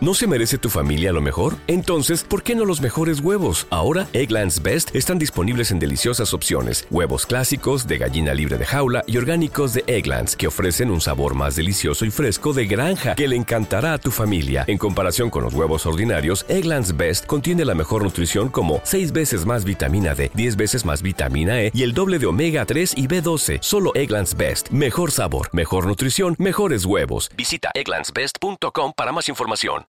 ¿No se merece tu familia lo mejor? Entonces, ¿por qué no los mejores huevos? Ahora, Eggland's Best están disponibles en deliciosas opciones. Huevos clásicos, de gallina libre de jaula y orgánicos de Eggland's, que ofrecen un sabor más delicioso y fresco de granja que le encantará a tu familia. En comparación con los huevos ordinarios, Eggland's Best contiene la mejor nutrición como 6 veces más vitamina D, 10 veces más vitamina E y el doble de omega 3 y B12. Solo Eggland's Best. Mejor sabor, mejor nutrición, mejores huevos. Visita egglandsbest.com para más información.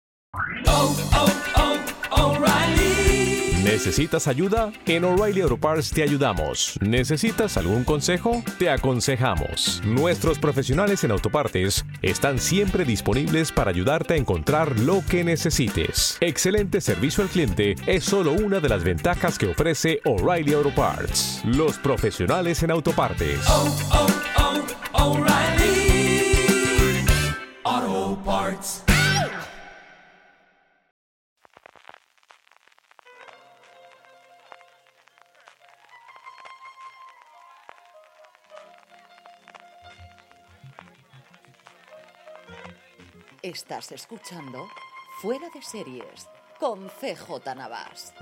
O'Reilly. ¿Necesitas ayuda? En O'Reilly Auto Parts te ayudamos. ¿Necesitas algún consejo? Te aconsejamos. Nuestros profesionales en autopartes están siempre disponibles para ayudarte a encontrar lo que necesites. Excelente servicio al cliente es solo una de las ventajas que ofrece O'Reilly Auto Parts. Los profesionales en autopartes. O'Reilly Auto Parts. Estás escuchando Fuera de Series con CJ Navas.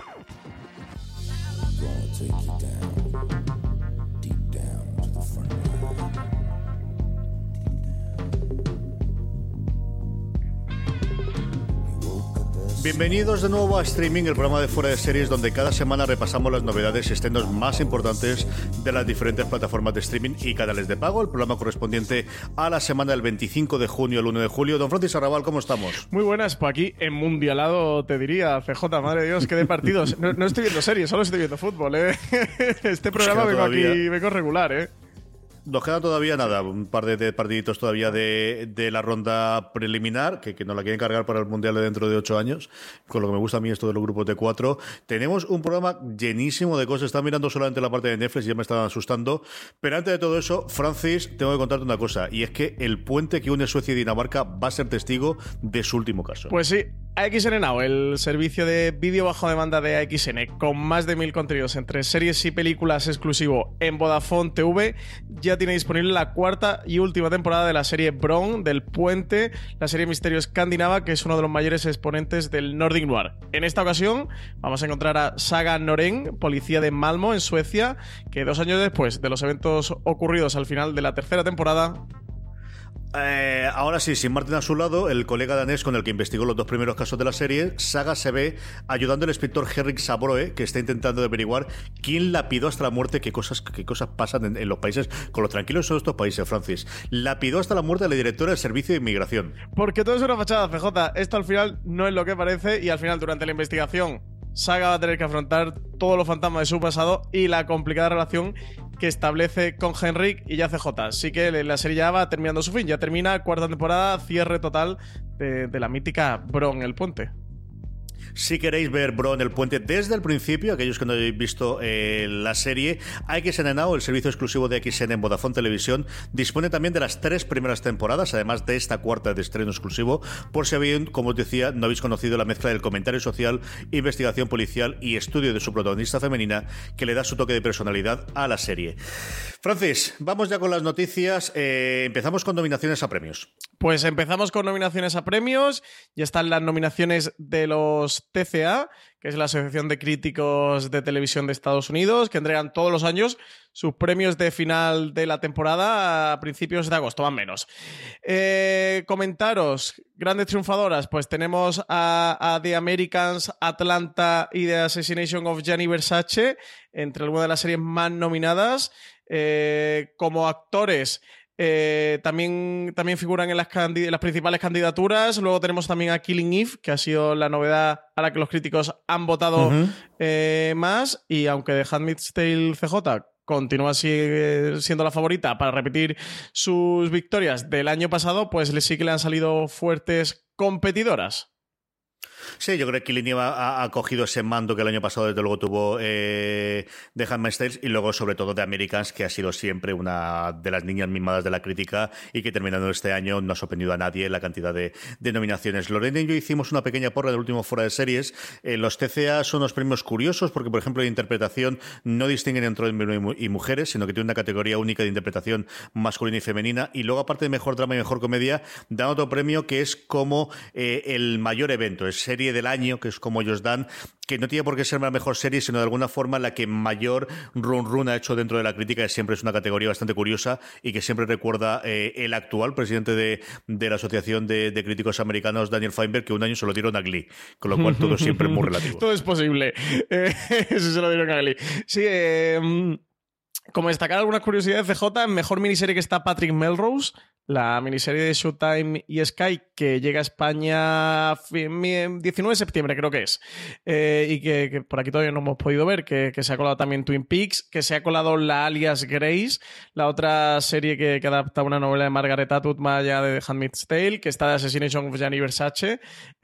Bienvenidos de nuevo a Streaming, el programa de Fuera de Series, donde cada semana repasamos las novedades y estrenos más importantes de las diferentes plataformas de streaming y canales de pago. El programa correspondiente a la semana del 25 de junio al 1 de julio. Don Francis Arrabal, ¿cómo estamos? Muy buenas, pues aquí en mundialado te diría, CJ, madre de Dios, qué de partidos. No estoy viendo series, solo estoy viendo fútbol, ¿eh? Este programa vengo regular, ¿eh? Nos queda todavía nada, un par de partiditos todavía de la ronda preliminar, que nos la quieren cargar para el Mundial de dentro de 8 años, con lo que me gusta a mí esto de los grupos de 4. Tenemos un programa llenísimo de cosas. Estaba mirando solamente la parte de Netflix y ya me estaban asustando. Pero antes de todo eso, Francis, tengo que contarte una cosa, y es que el puente que une Suecia y Dinamarca va a ser testigo de su último caso. Pues sí, AXN Now, el servicio de vídeo bajo demanda de AXN, con más de 1000 contenidos entre series y películas exclusivo en Vodafone TV, ya tiene disponible la cuarta y última temporada de la serie Bron, del Puente, la serie misterio escandinava, que es uno de los mayores exponentes del Nordic Noir. En esta ocasión vamos a encontrar a Saga Norén, policía de Malmo, en Suecia, que 2 años después de los eventos ocurridos al final de la tercera temporada... Ahora sí, sin Martin a su lado, el colega danés con el que investigó los 2 primeros casos de la serie, Saga se ve ayudando al inspector Henrik Sabroe, que está intentando averiguar quién lapidó hasta la muerte, qué cosas pasan en los países, con los tranquilos son estos países, Francis. Lapidó hasta la muerte a la directora del Servicio de Inmigración. Porque todo es una fachada, CJ. Esto al final no es lo que parece, y al final, durante la investigación, Saga va a tener que afrontar todos los fantasmas de su pasado y la complicada relación que establece con Henrik y ya CJ. Así que la serie ya va terminando su fin. Ya termina, cuarta temporada, cierre total de la mítica Bron, el Puente. Si queréis ver Bron, el Puente desde el principio, aquellos que no habéis visto la serie, AXN Now, el servicio exclusivo de AXN en Vodafone Televisión, dispone también de las 3 primeras temporadas, además de esta cuarta de estreno exclusivo, por si habéis, como os decía, no habéis conocido la mezcla del comentario social, investigación policial y estudio de su protagonista femenina, que le da su toque de personalidad a la serie. Francis, vamos ya con las noticias. Empezamos con nominaciones a premios. Pues empezamos con nominaciones a premios. Ya están las nominaciones de los TCA, que es la Asociación de Críticos de Televisión de Estados Unidos, que entregan todos los años sus premios de final de la temporada a principios de agosto, más o menos. Comentaros, grandes triunfadoras, pues tenemos a The Americans, Atlanta y The Assassination of Gianni Versace, entre algunas de las series más nominadas. Como actores... también figuran en las principales candidaturas. Luego tenemos también a Killing Eve, que ha sido la novedad a la que los críticos han votado más. Y aunque The Handmaid's Tale CJ continúa siendo la favorita para repetir sus victorias del año pasado, pues sí que le han salido fuertes competidoras. Sí, yo creo que Killing Eve ha cogido ese mando que el año pasado desde luego tuvo The Handmaid's Tale, y luego sobre todo de Americans, que ha sido siempre una de las niñas mimadas de la crítica y que terminando este año no ha sorprendido a nadie la cantidad de nominaciones. Lorena y yo hicimos una pequeña porra del último Fuera de Series. Los TCA son unos premios curiosos porque, por ejemplo, de interpretación no distinguen entre hombres y mujeres, sino que tienen una categoría única de interpretación masculina y femenina, y luego aparte de mejor drama y mejor comedia dan otro premio que es como el mayor evento, es serie del año, que es como ellos dan, que no tiene por qué ser la mejor serie, sino de alguna forma la que mayor run ha hecho dentro de la crítica, que siempre es una categoría bastante curiosa y que siempre recuerda el actual presidente de la Asociación de Críticos Americanos, Daniel Feinberg, que un año se lo dieron a Glee, con lo cual todo siempre es muy relativo. Todo es posible. Eso se lo dieron a Glee. Sí, como destacar algunas curiosidades de J, en mejor miniserie que está Patrick Melrose, la miniserie de Showtime y Sky, que llega a España 19 de septiembre, creo que es. Y que por aquí todavía no hemos podido ver, que se ha colado también Twin Peaks, que se ha colado la alias Grace, la otra serie que adapta una novela de Margaret Atwood más allá de The Handmaid's Tale, que está de Assassination of Gianni Versace,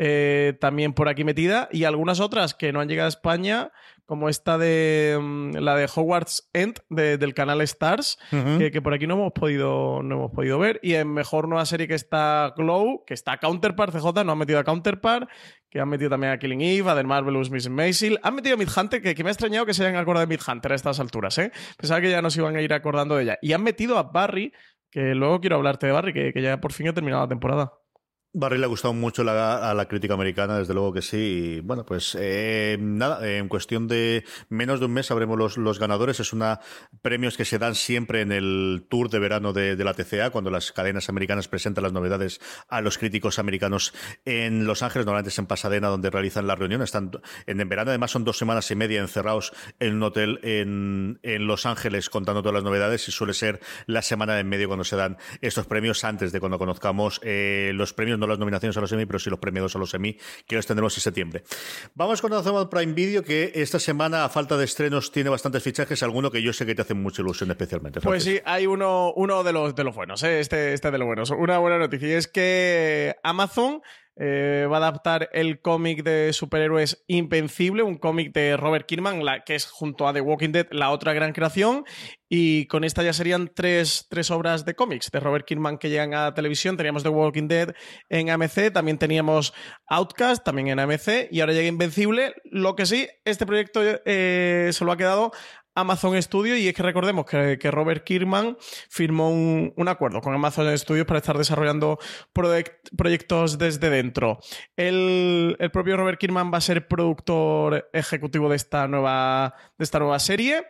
también por aquí metida, y algunas otras que no han llegado a España, como esta de la de Hogwarts End del canal Stars, que por aquí no hemos podido ver. Y en mejor nueva serie que está Glow, que está Counterpart, CJ no han metido a Counterpart, que han metido también a Killing Eve, a The Marvelous Mrs. Maisel, han metido a Midhunter, que me ha extrañado que se hayan acordado de Midhunter a estas alturas, pensaba que ya nos iban a ir acordando de ella, y han metido a Barry, que luego quiero hablarte de Barry, que ya por fin ha terminado la temporada. Barry le ha gustado mucho a la crítica americana, desde luego que sí. Y bueno, pues nada, en cuestión de menos de un mes sabremos los ganadores. Es premios que se dan siempre en el tour de verano de la TCA, cuando las cadenas americanas presentan las novedades a los críticos americanos en Los Ángeles, normalmente es en Pasadena donde realizan la reunión. Están en verano, además son 2 semanas y media encerrados en un hotel en Los Ángeles contando todas las novedades, y suele ser la semana de en medio cuando se dan estos premios, antes de cuando conozcamos los premios, no las nominaciones a los Emmy, pero sí los premiados a los Emmy, que los tendremos en septiembre. Vamos con Amazon Prime Video, que esta semana, a falta de estrenos, tiene bastantes fichajes, alguno que yo sé que te hace mucha ilusión especialmente, Francis. Pues sí, hay uno de los buenos, este de los buenos. Una buena noticia, y es que Amazon va a adaptar el cómic de superhéroes Invencible, un cómic de Robert Kirkman, que es junto a The Walking Dead la otra gran creación, y con esta ya serían tres obras de cómics de Robert Kirkman que llegan a televisión. Teníamos The Walking Dead en AMC, también teníamos Outcast, también en AMC, y ahora llega Invencible. Lo que sí, este proyecto se lo ha quedado Amazon Studio, y es que recordemos que Robert Kirkman firmó un acuerdo con Amazon Studios para estar desarrollando proyectos desde dentro. El propio Robert Kirkman va a ser productor ejecutivo de esta nueva serie.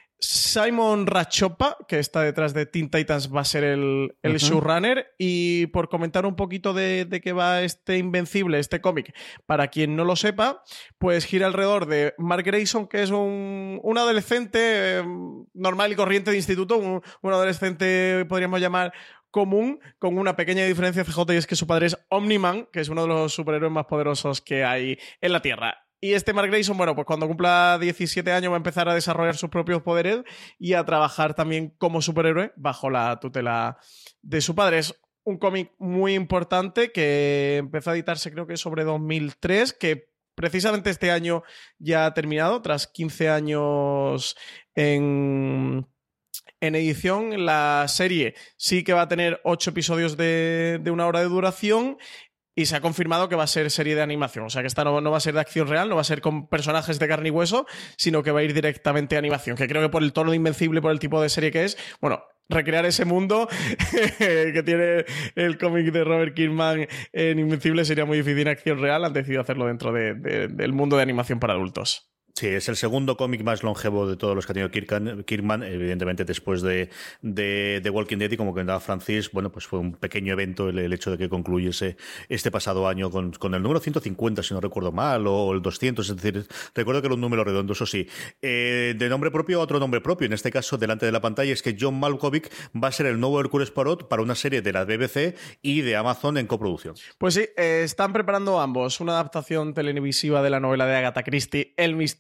Simon Rachopa, que está detrás de Teen Titans, va a ser el showrunner. Y por comentar un poquito de qué va este Invencible, este cómic, para quien no lo sepa, pues gira alrededor de Mark Grayson, que es un adolescente normal y corriente de instituto, un adolescente, podríamos llamar, común, con una pequeña diferencia, CJ, y es que su padre es Omni-Man, que es uno de los superhéroes más poderosos que hay en la Tierra. Y este Mark Grayson, bueno, pues cuando cumpla 17 años va a empezar a desarrollar sus propios poderes y a trabajar también como superhéroe bajo la tutela de su padre. Es un cómic muy importante que empezó a editarse, creo que sobre 2003, que precisamente este año ya ha terminado, tras 15 años en edición. La serie sí que va a tener 8 episodios de 1 hora de duración, y se ha confirmado que va a ser serie de animación. O sea, que esta no va a ser de acción real, no va a ser con personajes de carne y hueso, sino que va a ir directamente a animación. Que creo que por el tono de Invencible, por el tipo de serie que es, bueno, recrear ese mundo que tiene el cómic de Robert Kirkman en Invencible sería muy difícil en acción real. Han decidido hacerlo dentro del mundo de animación para adultos. Sí, es el segundo cómic más longevo de todos los que ha tenido Kirkman, evidentemente después de The Walking Dead, y como comentaba Francis, bueno, pues fue un pequeño evento el hecho de que concluyese este pasado año con el número 150, si no recuerdo mal, o el 200, es decir, recuerdo que era un número redondo, eso sí. De nombre propio a otro nombre propio, en este caso delante de la pantalla, es que John Malkovich va a ser el nuevo Hercules Poirot para una serie de la BBC y de Amazon en coproducción. Pues sí, están preparando ambos una adaptación televisiva de la novela de Agatha Christie, El misterio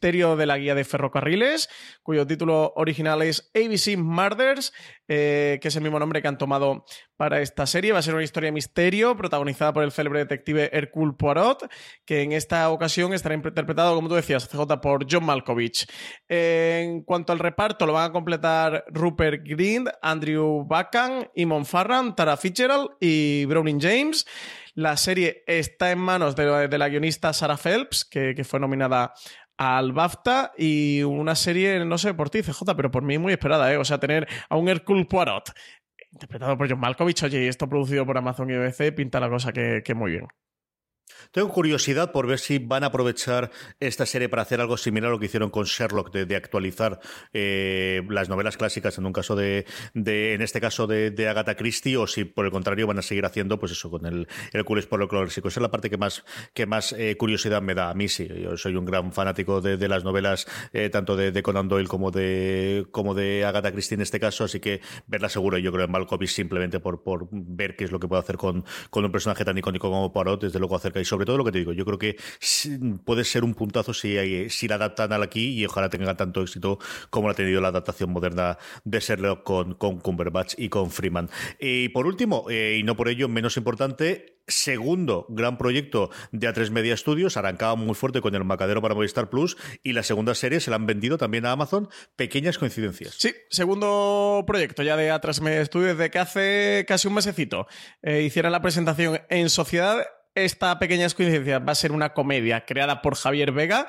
misterio de la guía de ferrocarriles, cuyo título original es ABC Murders, que es el mismo nombre que han tomado para esta serie. Va a ser una historia de misterio protagonizada por el célebre detective Hercule Poirot, que en esta ocasión estará interpretado, como tú decías, CJ, por John Malkovich. En cuanto al reparto, lo van a completar Rupert Grint, Andrew Bacon, Eamon Farran, Tara Fitzgerald y Browning James. La serie está en manos de la guionista Sarah Phelps, que fue nominada al BAFTA, y una serie, no sé por ti, CJ, pero por mí muy esperada, ¿eh? O sea, tener a un Hercule Poirot interpretado por John Malkovich, oye, y esto producido por Amazon y BBC, pinta la cosa que muy bien. Tengo curiosidad por ver si van a aprovechar esta serie para hacer algo similar a lo que hicieron con Sherlock, de actualizar las novelas clásicas en un caso en este caso de Agatha Christie, o si por el contrario van a seguir haciendo pues eso con el Hercules por lo clásico. Esa es la parte que más curiosidad me da. A mí sí, yo soy un gran fanático de las novelas tanto de Conan Doyle como de Agatha Christie en este caso, así que verla seguro. Yo creo en Malkovich simplemente por ver qué es lo que puede hacer con un personaje tan icónico como Poirot, desde luego acerca. Y sobre todo lo que te digo, yo creo que puede ser un puntazo si la adaptan al aquí, y ojalá tenga tanto éxito como la ha tenido la adaptación moderna de Sherlock con Cumberbatch y con Freeman. Y por último, y no por ello menos importante, segundo gran proyecto de A3 Media Studios, arrancaba muy fuerte con El Macadero para Movistar Plus, y la segunda serie se la han vendido también a Amazon. Pequeñas coincidencias. Sí, segundo proyecto ya de A3 Media Studios, desde que hace casi un mesecito hicieron la presentación en sociedad. Esta pequeña coincidencia va a ser una comedia creada por Javier Veiga,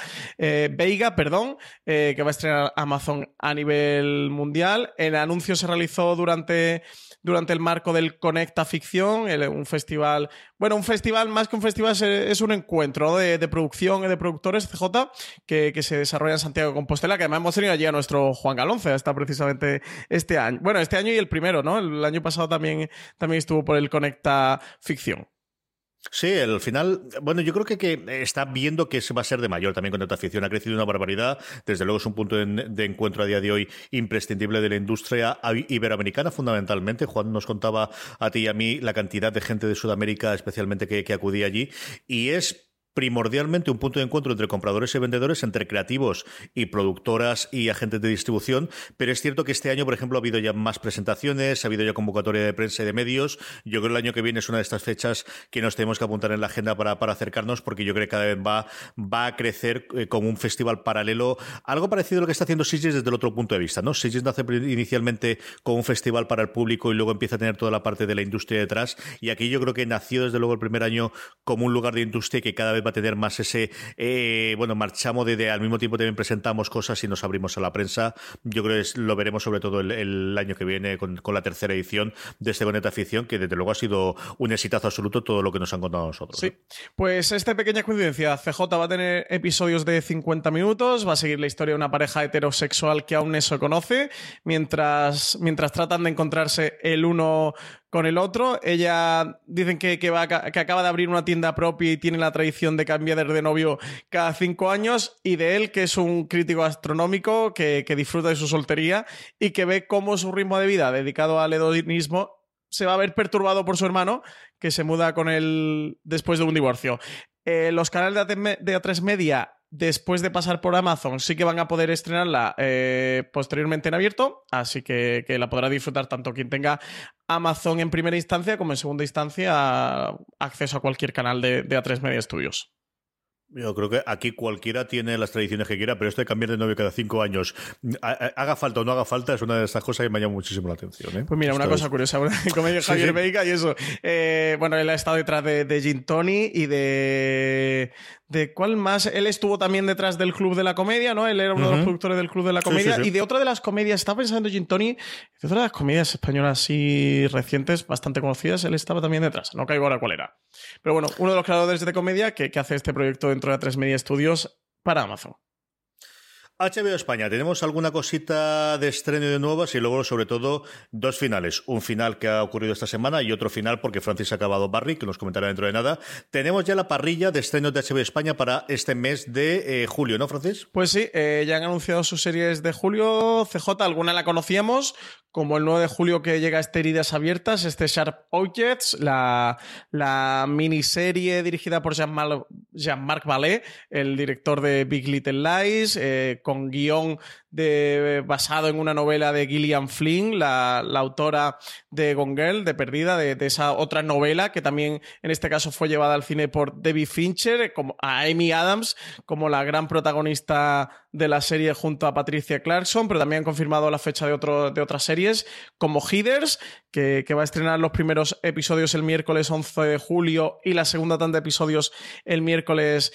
que va a estrenar Amazon a nivel mundial. El anuncio se realizó durante el marco del Conecta Ficción, un festival más que un festival, es un encuentro de producción y de productores CJ que se desarrolla en Santiago de Compostela, que además hemos tenido allí a nuestro Juan Galonce, hasta precisamente este año. Bueno, este año y el primero, ¿no? El año pasado también estuvo por el Conecta Ficción. Sí, al final, bueno, yo creo que está viendo que se va a ser de mayor también con esta afición. Ha crecido una barbaridad. Desde luego es un punto de encuentro a día de hoy imprescindible de la industria iberoamericana, fundamentalmente. Juan nos contaba a ti y a mí la cantidad de gente de Sudamérica, especialmente que acudía allí, y es primordialmente un punto de encuentro entre compradores y vendedores, entre creativos y productoras y agentes de distribución. Pero es cierto que este año, por ejemplo, ha habido ya más presentaciones, ha habido ya convocatoria de prensa y de medios. Yo creo que el año que viene es una de estas fechas que nos tenemos que apuntar en la agenda para acercarnos, porque yo creo que cada vez va a crecer como un festival paralelo, algo parecido a lo que está haciendo Sitges desde el otro punto de vista, ¿no? Sitges nace inicialmente como un festival para el público y luego empieza a tener toda la parte de la industria detrás, y aquí yo creo que nació desde luego el primer año como un lugar de industria que cada vez va a tener más ese marchamo de al mismo tiempo también presentamos cosas y nos abrimos a la prensa. Yo creo que lo veremos sobre todo el año que viene con la tercera edición de este Conecta Ficción, que desde luego ha sido un exitazo absoluto todo lo que nos han contado a nosotros. Sí, pues esta pequeña coincidencia, CJ va a tener episodios de 50 minutos, va a seguir la historia de una pareja heterosexual que aún no se conoce, mientras tratan de encontrarse el uno con el otro. Ella dicen que acaba de abrir una tienda propia y tiene la tradición de cambiar de novio cada 5 años, y de él, que es un crítico astronómico que disfruta de su soltería y que ve cómo su ritmo de vida dedicado al hedonismo se va a ver perturbado por su hermano, que se muda con él después de un divorcio. Los canales de A3 Media, después de pasar por Amazon, sí que van a poder estrenarla posteriormente en abierto, así que la podrá disfrutar tanto quien tenga Amazon en primera instancia como en segunda instancia acceso a cualquier canal de A3 Media Studios. Yo creo que aquí cualquiera tiene las tradiciones que quiera, pero esto de cambiar de novio cada 5 años, haga falta o no haga falta, es una de esas cosas que me llama muchísimo la atención, ¿eh? Pues mira, una cosa curiosa, como Javier Veiga y eso. Bueno, él ha estado detrás de Gin Tony y de ¿cuál más? Él estuvo también detrás del Club de la Comedia, ¿no? Él era uno de los productores del Club de la Comedia. Sí. Y de otra de las comedias, estaba pensando en Gin Tony, de otra de las comedias españolas así recientes, bastante conocidas, él estaba también detrás. No caigo ahora cuál era. Pero bueno, uno de los creadores de comedia que hace este proyecto dentro de A3 Media Studios para Amazon. HBO España, tenemos alguna cosita de estreno de nuevas y luego sobre todo 2 finales. Un final que ha ocurrido esta semana y otro final porque Francis ha acabado Barry, que nos comentará dentro de nada. Tenemos ya la parrilla de estrenos de HBO España para este mes de julio, ¿no, Francis? Pues sí, ya han anunciado sus series de julio. CJ, alguna la conocíamos, como el 9 de julio que llega Heridas Abiertas, Sharp Objects, la miniserie dirigida por Jean-Marc Vallée, el director de Big Little Lies, con guión basado en una novela de Gillian Flynn, la autora de Gone Girl, de Perdida, de esa otra novela que también en este caso fue llevada al cine por David Fincher, como a Amy Adams como la gran protagonista de la serie junto a Patricia Clarkson, pero también han confirmado la fecha de otras series como Heathers, que va a estrenar los primeros episodios el miércoles 11 de julio y la segunda tanda de episodios el miércoles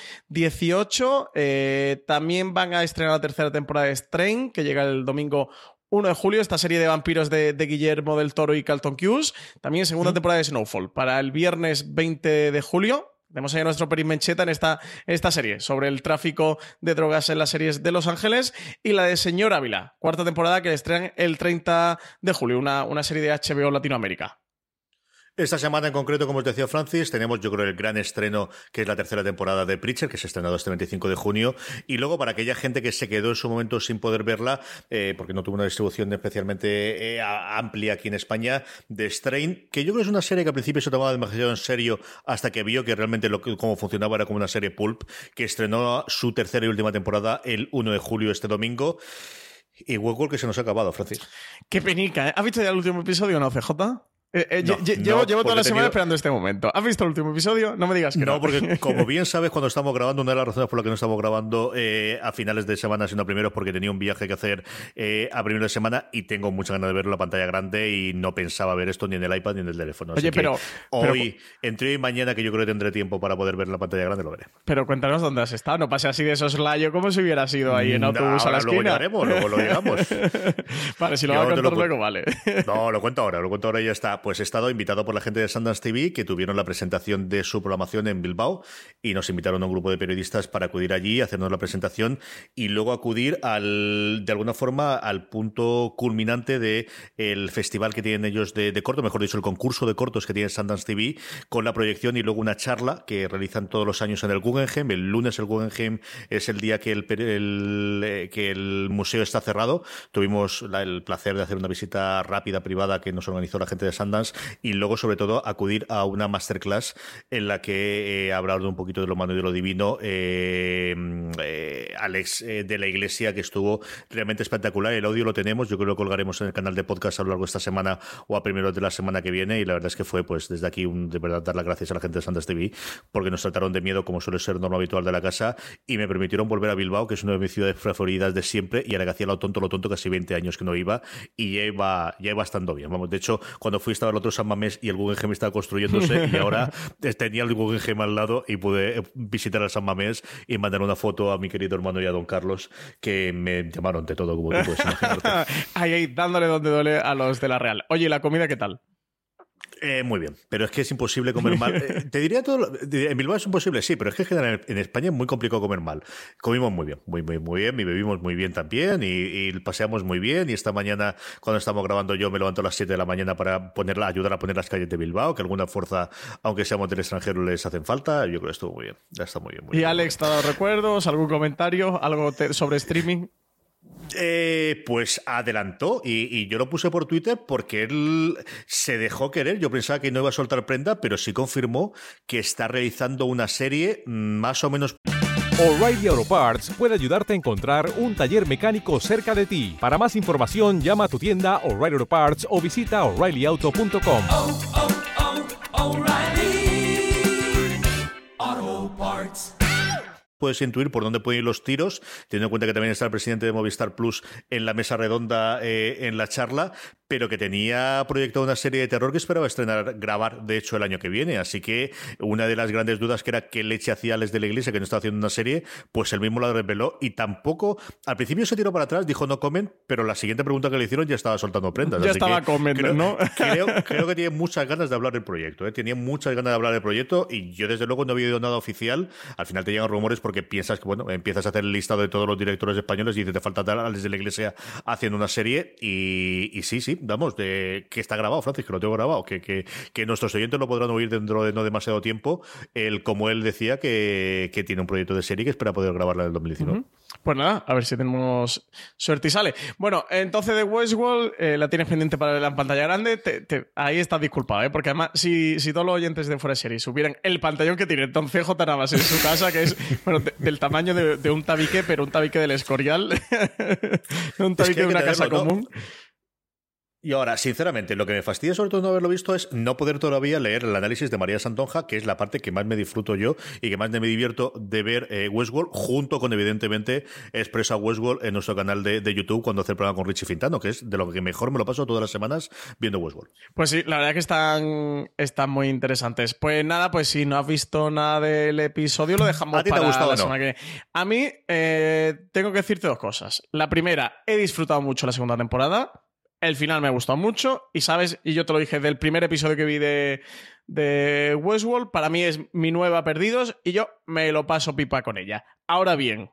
18. También van a estrenar la tercera temporada de Strain, que llega el domingo 1 de julio, esta serie de vampiros de Guillermo del Toro y Carlton Cuse. También segunda temporada de Snowfall para el viernes 20 de julio. Tenemos ahí a nuestro Peris Mencheta en esta serie sobre el tráfico de drogas en las series de Los Ángeles, y la de Señor Ávila, cuarta temporada que estrenan el 30 de julio, una serie de HBO Latinoamérica. Esta semana en concreto, como os decía Francis, tenemos yo creo el gran estreno, que es la tercera temporada de Preacher, que se ha estrenado este 25 de junio, y luego para aquella gente que se quedó en su momento sin poder verla, porque no tuvo una distribución especialmente amplia aquí en España, de Strain, que yo creo que es una serie que al principio se tomaba demasiado en serio hasta que vio que realmente cómo funcionaba era como una serie pulp, que estrenó su tercera y última temporada el 1 de julio este domingo. Y Westworld que se nos ha acabado, Francis. Qué penica, ¿eh? ¿Has visto ya el último episodio o no, CJ? Llevo toda la semana esperando este momento. ¿Has visto el último episodio? No me digas que no. No, porque como bien sabes, cuando estamos grabando, una de las razones por las que no estamos grabando a finales de semana, sino a primeros, porque tenía un viaje que hacer a primeros de semana y tengo mucha ganas de verlo en la pantalla grande y no pensaba ver esto ni en el iPad ni en el teléfono. Así que hoy, entre hoy y mañana, que yo creo que tendré tiempo para poder ver en la pantalla grande, lo veré. Pero cuéntanos dónde has estado. No pase así de soslayo como si hubieras ido ahí en autobús a la esquina. Luego lo llegamos. Vale, si lo vas a contar luego, vale. No, lo cuento ahora y ya está. Pues he estado invitado por la gente de Sundance TV, que tuvieron la presentación de su programación en Bilbao y nos invitaron a un grupo de periodistas para acudir allí, hacernos la presentación y luego acudir de alguna forma al punto culminante del festival que tienen ellos de corto, mejor dicho, el concurso de cortos que tiene Sundance TV, con la proyección y luego una charla que realizan todos los años en el Guggenheim. El lunes el Guggenheim es el día que el museo está cerrado. Tuvimos el placer de hacer una visita rápida, privada, que nos organizó la gente de Sundance, y luego sobre todo acudir a una masterclass en la que habrá un poquito de lo humano y de lo divino Alex de la Iglesia, que estuvo realmente espectacular. El audio lo tenemos, yo creo que lo colgaremos en el canal de podcast a lo largo de esta semana o a primeros de la semana que viene, y la verdad es que fue, pues desde aquí de verdad dar las gracias a la gente de Sundance TV, porque nos trataron de miedo como suele ser norma habitual de la casa y me permitieron volver a Bilbao, que es una de mis ciudades preferidas de siempre, y ahora que hacía lo tonto, casi 20 años que no iba, y ya iba estando bien. Vamos, de hecho, cuando fui estaba el otro San Mamés y el Guggenheim estaba construyéndose y ahora tenía el Guggenheim al lado y pude visitar al San Mamés y mandar una foto a mi querido hermano y a don Carlos, que me llamaron de todo, como tú puedes imaginarte. ahí dándole donde duele a los de la Real. Oye, ¿la comida qué tal? Muy bien, pero es que es imposible comer mal. Te diría todo. En Bilbao es imposible, sí, pero es que en España es muy complicado comer mal. Comimos muy bien, muy bien, y bebimos muy bien también, y paseamos muy bien. Y esta mañana, cuando estamos grabando, yo me levanto a las 7 de la mañana para ayudar a poner las calles de Bilbao, que alguna fuerza, aunque seamos del extranjero, les hacen falta. Yo creo que estuvo muy bien, ya está muy bien. Muy ¿Y bien, Alex, te ha dado recuerdos? ¿Algún comentario? ¿Algo sobre streaming? Pues adelantó y yo lo puse por Twitter porque él se dejó querer. Yo pensaba que no iba a soltar prenda, pero sí confirmó que está realizando una serie más o menos. O'Reilly Auto Parts puede ayudarte a encontrar un taller mecánico cerca de ti. Para más información, llama a tu tienda O'Reilly Auto Parts o visita O'ReillyAuto.com. O'Reilly Auto Parts. Puedes intuir por dónde pueden ir los tiros, teniendo en cuenta que también está el presidente de Movistar Plus en la mesa redonda en la charla, pero que tenía proyectado una serie de terror que esperaba grabar, de hecho, el año que viene. Así que una de las grandes dudas, que era qué leche hacía Alex de la Iglesia, que no estaba haciendo una serie, pues él mismo la reveló, y tampoco, al principio se tiró para atrás, dijo no comen, pero la siguiente pregunta que le hicieron ya estaba soltando prendas. Ya así estaba comiendo, ¿no? Creo que tiene muchas ganas de hablar del proyecto, tenía muchas ganas de hablar del proyecto, y yo desde luego no había oído nada oficial. Al final te llegan rumores porque piensas que, bueno, empiezas a hacer el listado de todos los directores españoles y dices, te falta Alex de la Iglesia haciendo una serie, y sí, vamos, que está grabado, Francis, que lo tengo grabado, que nuestros oyentes lo podrán oír dentro de no demasiado tiempo, como él decía, que tiene un proyecto de serie que espera poder grabarla en el 2019. Pues nada, a ver si tenemos suerte y sale. Bueno, entonces de Westworld la tienes pendiente para verla en pantalla grande. Ahí estás disculpado, ¿eh? Porque además, si todos los oyentes de Fuera de Series supieran el pantallón que tiene Don CJ Navas en su casa, que es bueno, del tamaño de un tabique, pero un tabique del Escorial, no un tabique de una casa común. Y ahora, sinceramente, lo que me fastidia sobre todo no haberlo visto es no poder todavía leer el análisis de María Santonja, que es la parte que más me disfruto yo y que más me divierto de ver Westworld, junto con, evidentemente, Expresa Westworld en nuestro canal de YouTube cuando hace el programa con Richie Fintano, que es de lo que mejor me lo paso todas las semanas viendo Westworld. Pues sí, la verdad que están muy interesantes. Pues nada, pues si no has visto nada del episodio, lo dejamos para la semana que viene. A mí, tengo que decirte dos cosas. La primera, he disfrutado mucho la segunda temporada. El final me ha gustado mucho y, ¿sabes? Y yo te lo dije del primer episodio que vi de Westworld, para mí es mi nueva Perdidos y yo me lo paso pipa con ella. Ahora bien,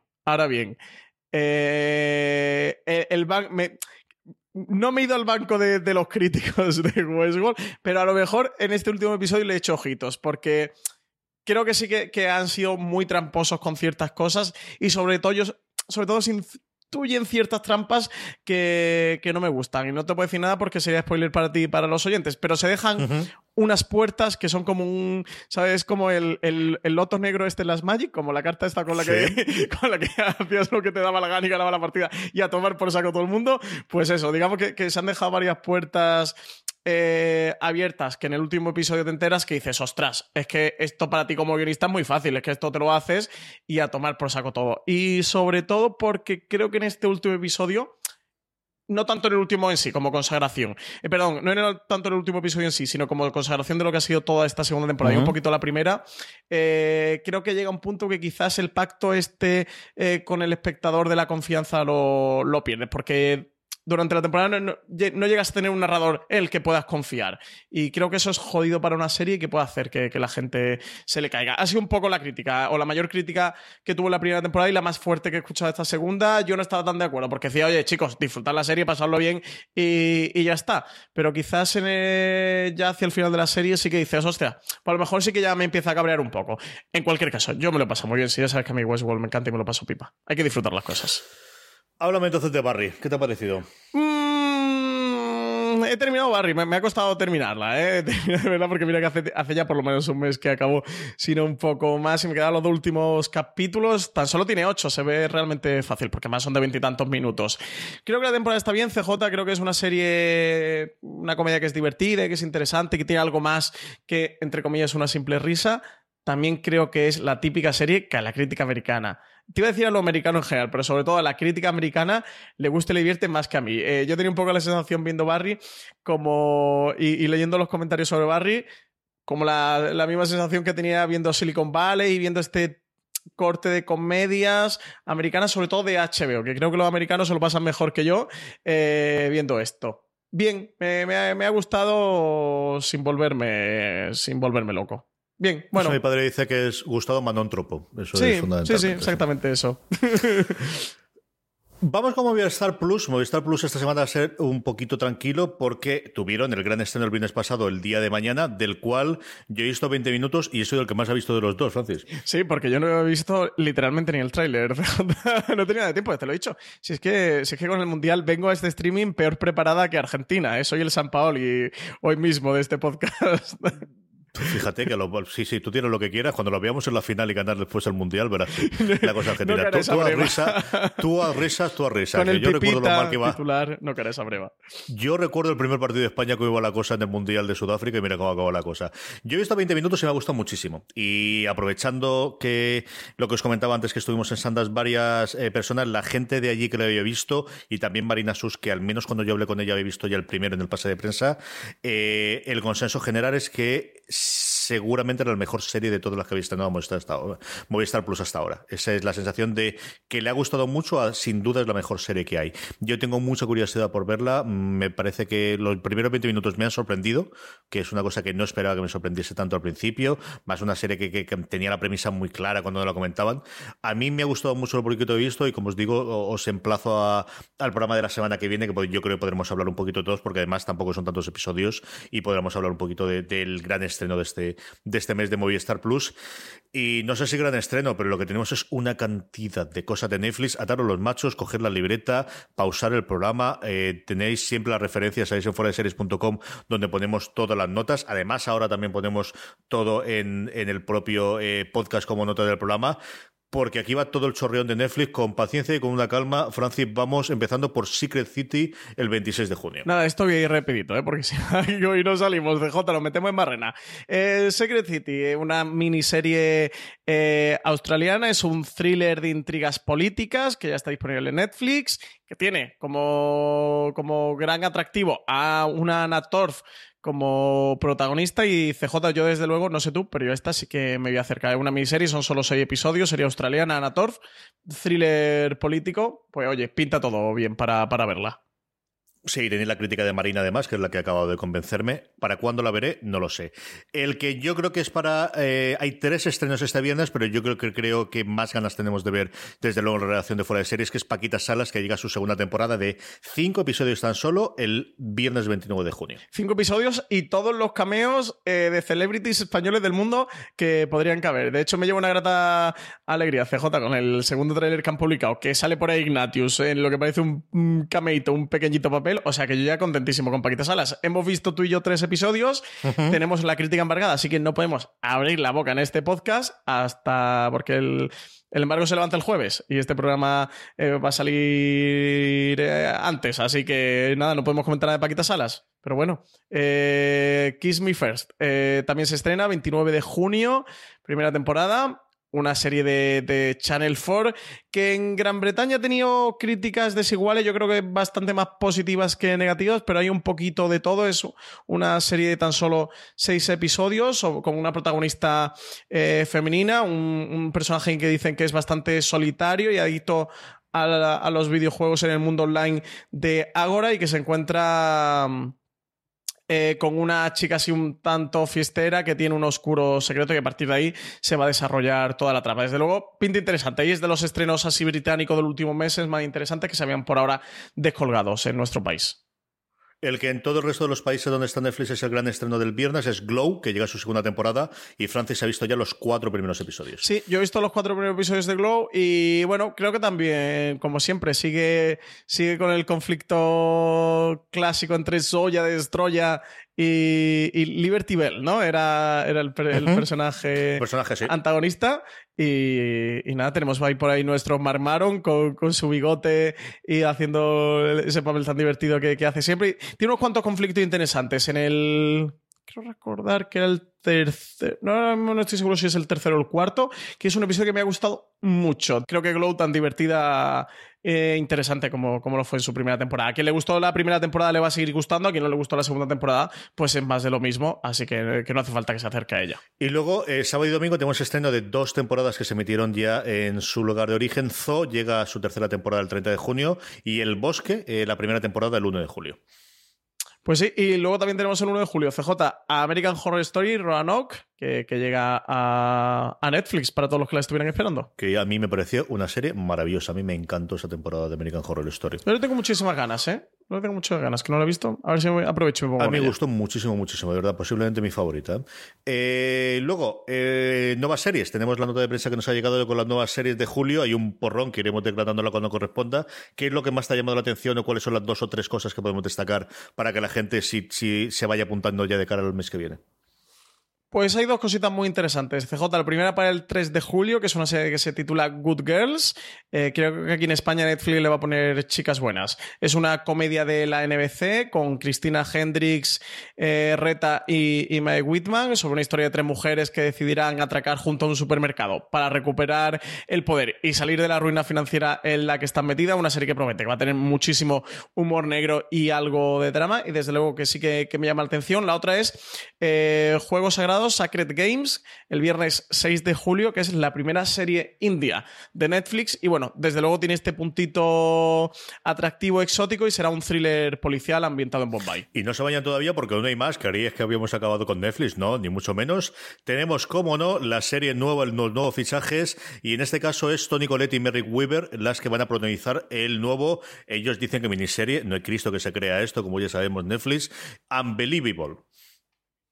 no me he ido al banco de los críticos de Westworld, pero a lo mejor en este último episodio le he hecho ojitos, porque creo que sí que han sido muy tramposos con ciertas cosas y sobre todo intuyen ciertas trampas que no me gustan. Y no te puedo decir nada porque sería spoiler para ti y para los oyentes, pero se dejan unas puertas que son como ¿sabes? Como el loto negro en las Magic, como la carta esta con la que hacías lo que te daba la gana y ganaba la partida y a tomar por saco todo el mundo. Pues eso, digamos que se han dejado varias puertas abiertas que en el último episodio te enteras que dices, ostras, es que esto para ti como guionista es muy fácil, es que esto te lo haces y a tomar por saco todo. Y sobre todo porque creo que en este último episodio, no tanto en el último en sí, como consagración, no tanto en el último episodio en sí, sino como consagración de lo que ha sido toda esta segunda temporada y un poquito la primera, creo que llega un punto que quizás el pacto con el espectador de la confianza lo pierdes, porque durante la temporada no llegas a tener un narrador en el que puedas confiar. Y creo que eso es jodido para una serie y que puede hacer que la gente se le caiga. Ha sido un poco la crítica, o la mayor crítica que tuvo en la primera temporada y la más fuerte que he escuchado esta segunda. Yo no estaba tan de acuerdo, porque decía, oye, chicos, disfrutad la serie, pasarlo bien y ya está. Pero quizás ya hacia el final de la serie sí que dices, hostia, pues a lo mejor sí que ya me empieza a cabrear un poco. En cualquier caso, yo me lo paso muy bien. Si ya sabes que a mí Westworld me encanta y me lo paso pipa. Hay que disfrutar las cosas. Háblame entonces de Barry. ¿Qué te ha parecido? He terminado Barry. Me ha costado terminarla, ¿eh? He terminado de verdad porque mira que hace ya por lo menos un mes que acabó, sino un poco más. Y me quedan los 2 últimos capítulos. Tan solo tiene 8. Se ve realmente fácil porque más son de 20 y tantos minutos. Creo que la temporada está bien. CJ creo que es una serie, una comedia que es divertida, que es interesante, que tiene algo más que, entre comillas, una simple risa. También creo que es la típica serie que a la crítica americana, te iba a decir a lo americano en general, pero sobre todo a la crítica americana le gusta y le divierte más que a mí. Yo tenía un poco la sensación viendo Barry y leyendo los comentarios sobre Barry, como la misma sensación que tenía viendo Silicon Valley y viendo este corte de comedias americanas, sobre todo de HBO, que creo que los americanos se lo pasan mejor que yo viendo esto. Bien, me ha gustado sin volverme loco. Bien, bueno. Eso mi padre dice que es gustado Manon Tropo. Eso sí, es fundamental. Sí, exactamente eso. Vamos con Movistar Plus. Movistar Plus esta semana va a ser un poquito tranquilo porque tuvieron el gran estreno el viernes pasado, el día de mañana, del cual yo he visto 20 minutos y soy el que más ha visto de los dos, Francis. Sí, porque yo no he visto literalmente ni el tráiler. No tenía de tiempo, te lo he dicho. Si es que con el Mundial vengo a este streaming peor preparada que Argentina, ¿eh? Soy el San Paoli hoy mismo de este podcast. Fíjate que sí, tú tienes lo que quieras. Cuando lo veamos en la final y ganar después el Mundial, verás la cosa argentina. Tú a risas. Con el pipita titular, no querés a breva. Yo recuerdo el primer partido de España que iba la cosa en el Mundial de Sudáfrica y mira cómo acabó la cosa. Yo he visto 20 minutos y me ha gustado muchísimo. Y aprovechando que lo que os comentaba antes, que estuvimos en Sanders varias personas, la gente de allí que lo había visto y también Marina Sus, que al menos cuando yo hablé con ella había visto ya el primero en el pase de prensa, el consenso general es que seguramente era la mejor serie de todas las que habéis tenido Movistar Plus hasta ahora. Esa es la sensación de que le ha gustado mucho, sin duda es la mejor serie que hay. Yo tengo mucha curiosidad por verla, me parece que los primeros 20 minutos me han sorprendido, que es una cosa que no esperaba que me sorprendiese tanto al principio, más una serie que tenía la premisa muy clara cuando me la comentaban. A mí me ha gustado mucho lo poquito que he visto y como os digo, os emplazo al programa de la semana que viene, que yo creo que podremos hablar un poquito de todos, porque además tampoco son tantos episodios y podremos hablar un poquito del gran estreno de de este mes de Movistar Plus. Y no sé si gran estreno, pero lo que tenemos es una cantidad de cosas de Netflix. Ataros los machos, coger la libreta, pausar el programa. Tenéis siempre las referencias ahí en fueradeseries.com, donde ponemos todas las notas. Además, ahora también ponemos todo en el propio podcast como nota del programa. Porque aquí va todo el chorreón de Netflix con paciencia y con una calma. Francis, vamos empezando por Secret City el 26 de junio. Nada, esto voy a ir rapidito, porque si hoy no salimos de J, lo metemos en barrena. Secret City, una miniserie australiana, es un thriller de intrigas políticas que ya está disponible en Netflix, que tiene como gran atractivo a una Anna Torv como protagonista. Y CJ, yo desde luego, no sé tú, pero yo esta sí que me voy a acercar. Es una miniserie, son solo 6 episodios, serie australiana, Anna Torv, thriller político. Pues oye, pinta todo bien para verla. Sí, tenéis la crítica de Marina además, que es la que ha acabado de convencerme. ¿Para cuándo la veré? No lo sé. El que yo creo que es para... hay 3 estrenos este viernes, pero yo creo que más ganas tenemos de ver, desde luego, en la redacción de Fuera de Series, que es Paquita Salas, que llega a su segunda temporada de 5 episodios tan solo el viernes 29 de junio. 5 episodios y todos los cameos de celebrities españoles del mundo que podrían caber. De hecho, me llevo una grata alegría, CJ, con el segundo tráiler que han publicado, que sale por ahí Ignatius en lo que parece un cameito, un pequeñito papel. O sea que yo ya contentísimo con Paquita Salas. Hemos visto tú y yo 3 episodios, tenemos la crítica embargada, así que no podemos abrir la boca en este podcast hasta... porque el embargo se levanta el jueves y este programa va a salir antes, así que nada, no podemos comentar nada de Paquita Salas. Pero bueno, Kiss Me First también se estrena 29 de junio, primera temporada. Una serie de Channel 4 que en Gran Bretaña ha tenido críticas desiguales, yo creo que bastante más positivas que negativas, pero hay un poquito de todo. Es una serie de tan solo 6 episodios con una protagonista femenina, un personaje que dicen que es bastante solitario y adicto a los videojuegos en el mundo online de Agora y que se encuentra... con una chica así un tanto fiestera que tiene un oscuro secreto y a partir de ahí se va a desarrollar toda la trama. Desde luego, pinta interesante. Y es de los estrenos así británicos del último mes más interesantes que se habían por ahora descolgados en nuestro país. El que en todo el resto de los países donde está Netflix es el gran estreno del viernes es Glow, que llega a su segunda temporada, y Francis ha visto ya los 4 primeros episodios. Sí, yo he visto los 4 primeros episodios de Glow y bueno, creo que también, como siempre, sigue con el conflicto clásico entre Zoya de Destroya y Liberty Bell, ¿no? Era el personaje sí, antagonista. Y nada, tenemos ahí por ahí nuestro Mark Maron con su bigote y haciendo ese papel tan divertido que hace siempre. Y tiene unos cuantos conflictos interesantes. Quiero recordar que era el tercer... No estoy seguro si es el tercero o el cuarto, que es un episodio que me ha gustado mucho. Creo que Glow, tan divertida interesante como lo fue en su primera temporada. A quien le gustó la primera temporada le va a seguir gustando, a quien no le gustó la segunda temporada pues es más de lo mismo, así que no hace falta que se acerque a ella. Y luego, sábado y domingo tenemos estreno de 2 temporadas que se emitieron ya en su lugar de origen. Zoo llega a su tercera temporada el 30 de junio y El Bosque, la primera temporada el 1 de julio. Pues sí, y luego también tenemos el 1 de julio, CJ, American Horror Story, Roanoke, que llega a Netflix para todos los que la estuvieran esperando. Que a mí me pareció una serie maravillosa. A mí me encantó esa temporada de American Horror Story. Pero tengo muchísimas ganas, No tengo muchas ganas, que no la he visto. A ver si aprovecho y me pongo. A mí me gustó muchísimo, de verdad. Posiblemente mi favorita. Luego, nuevas series. Tenemos la nota de prensa que nos ha llegado con las nuevas series de julio. Hay un porrón que iremos declarándola cuando corresponda. ¿Qué es lo que más te ha llamado la atención o cuáles son las 2 o 3 cosas que podemos destacar para que la gente si se vaya apuntando ya de cara al mes que viene? Pues hay 2 cositas muy interesantes. CJ, la primera para el 3 de julio, que es una serie que se titula Good Girls. Creo que aquí en España Netflix le va a poner Chicas Buenas. Es una comedia de la NBC con Cristina Hendricks, Reta y Mae Whitman sobre una historia de 3 mujeres que decidirán atracar junto a un supermercado para recuperar el poder y salir de la ruina financiera en la que están metidas. Una serie que promete, que va a tener muchísimo humor negro y algo de drama, y desde luego que sí que me llama la atención. La otra es Juegos Sagrados, Sacred Games, el viernes 6 de julio, que es la primera serie india de Netflix y bueno, desde luego tiene este puntito atractivo, exótico y será un thriller policial ambientado en Bombay. Y no se vayan todavía porque aún hay más. Creíais que habíamos acabado con Netflix, no, ni mucho menos. Tenemos, como no, la serie nueva, los nuevos fichajes, y en este caso es Toni Collette y Merrick Weaver las que van a protagonizar el nuevo, ellos dicen que miniserie, no hay Cristo que se crea esto, como ya sabemos, Netflix, Unbelievable.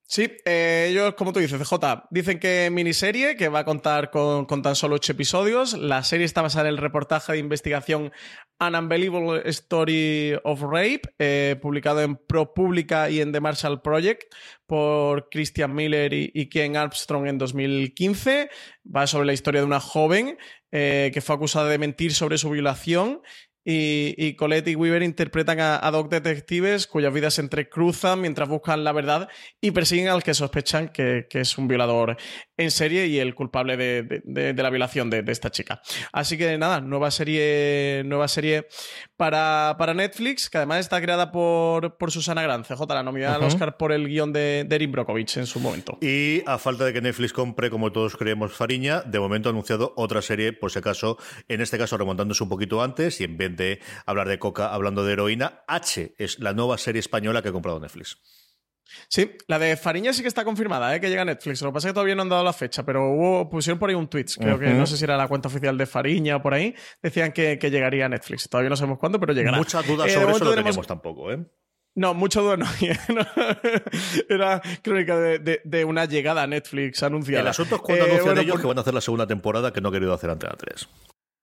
Sí, ellos, como tú dices, CJ, dicen que miniserie, que va a contar con tan solo 8 episodios. La serie está basada en el reportaje de investigación An Unbelievable Story of Rape, publicado en ProPublica y en The Marshall Project por Christian Miller y Ken Armstrong en 2015. Va sobre la historia de una joven que fue acusada de mentir sobre su violación. Y Colette y Weaver interpretan a dos detectives cuyas vidas se entrecruzan mientras buscan la verdad y persiguen al que sospechan que es un violador en serie y el culpable de la violación de esta chica. Así que nada, nueva serie para Netflix, que además está creada por Susana Gran, CJ, la nominada al Oscar por el guión de Erin Brockovich en su momento. Y a falta de que Netflix compre, como todos creemos, Fariña, de momento ha anunciado otra serie, por si acaso, en este caso remontándose un poquito antes, y en vez de hablar de coca, hablando de heroína, H es la nueva serie española que ha comprado Netflix. Sí, la de Fariña sí que está confirmada, que llega a Netflix. Lo que pasa es que todavía no han dado la fecha, pero pusieron por ahí un tweet, creo que no sé si era la cuenta oficial de Fariña o por ahí, decían que llegaría a Netflix. Todavía no sabemos cuándo, pero llegará. Muchas dudas sobre eso no teníamos tampoco, ¿eh? No, mucho duda no. Era crónica de una llegada a Netflix anunciada. El asunto es cuando anuncian ellos que van a hacer la segunda temporada que no ha querido hacer Antena 3.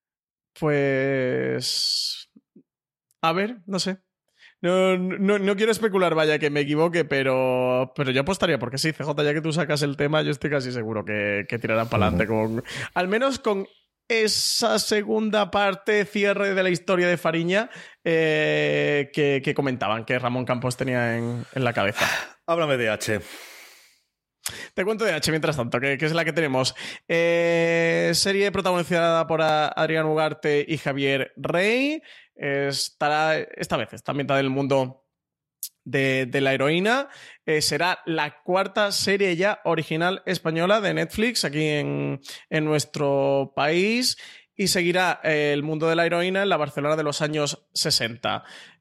Pues... A ver, no sé. No quiero especular, vaya, que me equivoque, pero yo apostaría, porque sí, CJ, ya que tú sacas el tema, yo estoy casi seguro que tirarán para adelante con... Al menos con esa segunda parte, cierre de la historia de Fariña que comentaban, que Ramón Campos tenía en la cabeza. Háblame de H. Te cuento de H mientras tanto, que es la que tenemos. Serie protagonizada por Adrián Ugarte y Javier Rey. Esta vez está ambientada en el mundo de la heroína. Será la cuarta serie ya original española de Netflix aquí en nuestro país y seguirá el mundo de la heroína en la Barcelona de los años 60.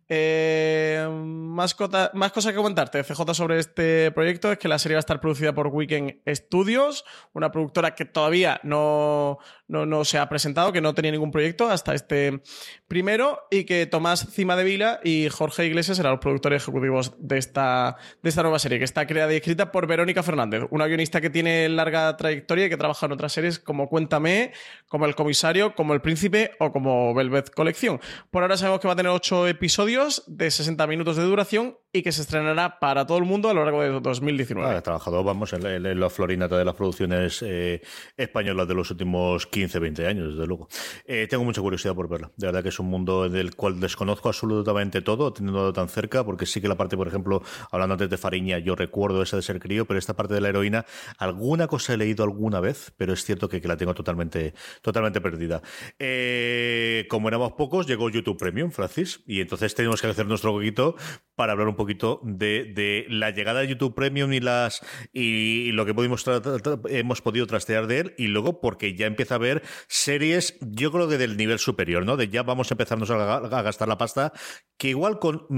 Más cosas que comentarte, CJ, sobre este proyecto es que la serie va a estar producida por Weekend Studios, una productora que todavía no se ha presentado, que no tenía ningún proyecto hasta este primero, y que Tomás Cimadevila y Jorge Iglesias serán los productores ejecutivos de esta nueva serie, que está creada y escrita por Verónica Fernández, una guionista que tiene larga trayectoria y que trabaja en otras series como Cuéntame, como El Comisario, como El Príncipe o como Velvet Colección. Por ahora sabemos que va a tener 8 episodios de 60 minutos de duración y que se estrenará para todo el mundo a lo largo de 2019. Ha trabajado, vamos, en la florinata de las producciones españolas de los últimos 15-20 años, desde luego. Tengo mucha curiosidad por verla. De verdad que es un mundo del cual desconozco absolutamente todo, teniéndolo tan cerca, porque sí que la parte, por ejemplo, hablando antes de Fariña, yo recuerdo esa de ser crío, pero esta parte de la heroína, alguna cosa he leído alguna vez, pero es cierto que la tengo totalmente perdida. Como éramos pocos, llegó YouTube Premium, Francis, y entonces tenemos que hacer nuestro jueguito para hablar un poquito de la llegada de YouTube Premium y lo que hemos podido trastear de él, y luego porque ya empieza a haber series, yo creo que del nivel superior, ¿no? De ya vamos a empezarnos a gastar la pasta, que igual con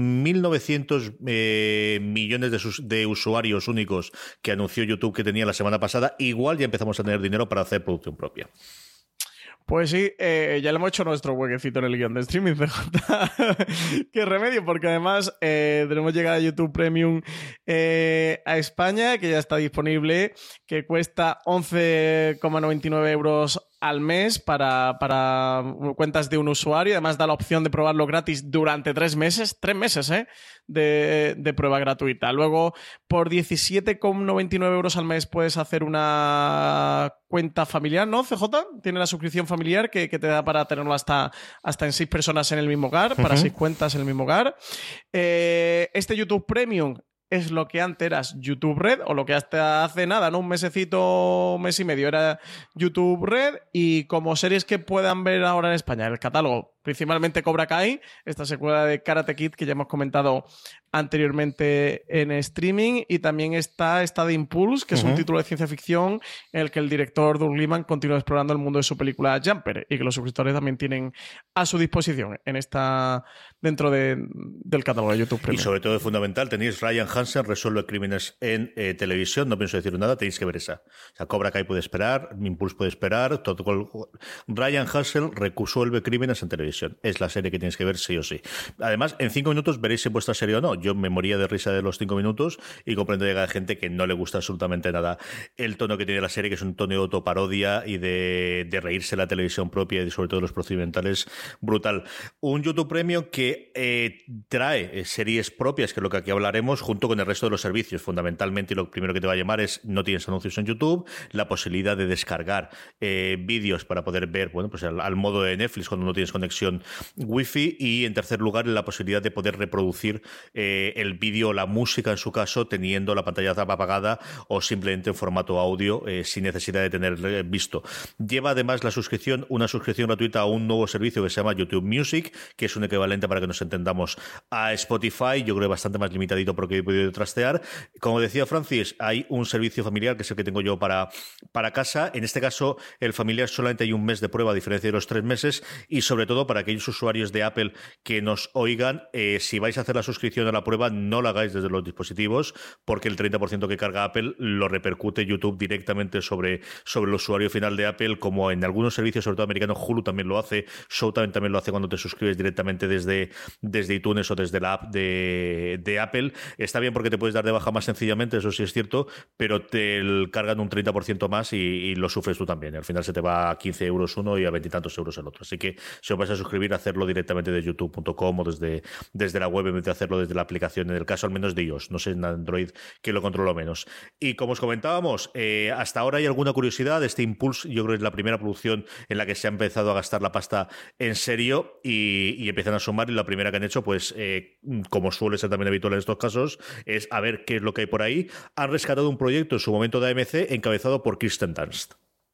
1.900 millones de usuarios únicos que anunció YouTube que tenía la semana pasada, igual ya empezamos a tener dinero para hacer producción propia. Pues sí, ya le hemos hecho nuestro huequecito en el guión de streaming, CJ. Qué remedio, porque además tenemos llegada a YouTube Premium a España, que ya está disponible, que cuesta 11,99 euros al mes para cuentas de un usuario. Además da la opción de probarlo gratis durante 3 meses. 3 meses, de prueba gratuita. Luego, por 17,99 euros al mes puedes hacer una cuenta familiar, ¿no, CJ? Tiene la suscripción familiar que te da para tenerlo hasta en 6 personas en el mismo hogar, para 6 cuentas en el mismo hogar. Este YouTube Premium es lo que antes era YouTube Red, o lo que hasta hace nada, ¿no? Un mesecito, mes y medio era YouTube Red, y como series que puedan ver ahora en España, el catálogo, principalmente Cobra Kai, esta secuela de Karate Kid que ya hemos comentado anteriormente en streaming, y también está de Impulse, que es un título de ciencia ficción en el que el director Doug Liman continúa explorando el mundo de su película Jumper, y que los suscriptores también tienen a su disposición dentro del catálogo de YouTube Premium. Y sobre todo es fundamental, tenéis Ryan Hansen resuelve crímenes en televisión, no pienso decir nada, tenéis que ver esa. O sea, Cobra Kai puede esperar, Impulse puede esperar, Ryan Hansen resuelve crímenes en televisión. televisión. Es la serie que tienes que ver sí o sí. Además, en 5 minutos veréis si vuestra serie o no. Yo me moría de risa de los 5 minutos y comprendo que hay gente que no le gusta absolutamente nada el tono que tiene la serie, que es un tono de autoparodia y de reírse la televisión propia y sobre todo los procedimentales brutal. Un YouTube Premium que trae series propias, que es lo que aquí hablaremos, junto con el resto de los servicios. Fundamentalmente, y lo primero que te va a llamar es no tienes anuncios en YouTube, la posibilidad de descargar vídeos para poder ver, bueno, pues al modo de Netflix cuando no tienes conexión Wi-Fi, y en tercer lugar la posibilidad de poder reproducir el vídeo o la música en su caso teniendo la pantalla apagada o simplemente en formato audio sin necesidad de tener visto. Lleva además la suscripción, una suscripción gratuita a un nuevo servicio que se llama YouTube Music, que es un equivalente, para que nos entendamos, a Spotify. Yo creo que bastante más limitadito porque he podido trastear. Como decía Francis, hay un servicio familiar que es el que tengo yo para casa. En este caso, el familiar solamente hay un mes de prueba, a diferencia de los 3 meses, y sobre todo para aquellos usuarios de Apple que nos oigan, si vais a hacer la suscripción a la prueba, no la hagáis desde los dispositivos, porque el 30% que carga Apple lo repercute YouTube directamente sobre el usuario final de Apple, como en algunos servicios, sobre todo americanos. Hulu también lo hace, Showtime también lo hace cuando te suscribes directamente desde iTunes o desde la app de Apple. Está bien porque te puedes dar de baja más sencillamente, eso sí es cierto, pero te cargan un 30% más y lo sufres tú también. Al final se te va a 15 euros uno y a 20 y tantos euros el otro. Así que si os vais a suscribir, hacerlo directamente de youtube.com o desde la web, en vez de hacerlo desde la aplicación, en el caso al menos de iOS. No sé en Android, que lo controlo menos. Y como os comentábamos, hasta ahora hay alguna curiosidad de este Impulse. Yo creo que es la primera producción en la que se ha empezado a gastar la pasta en serio y empiezan a sumar, y la primera que han hecho, pues como suele ser también habitual en estos casos, es a ver qué es lo que hay por ahí. Han rescatado un proyecto en su momento de AMC encabezado por Kirsten Dunst.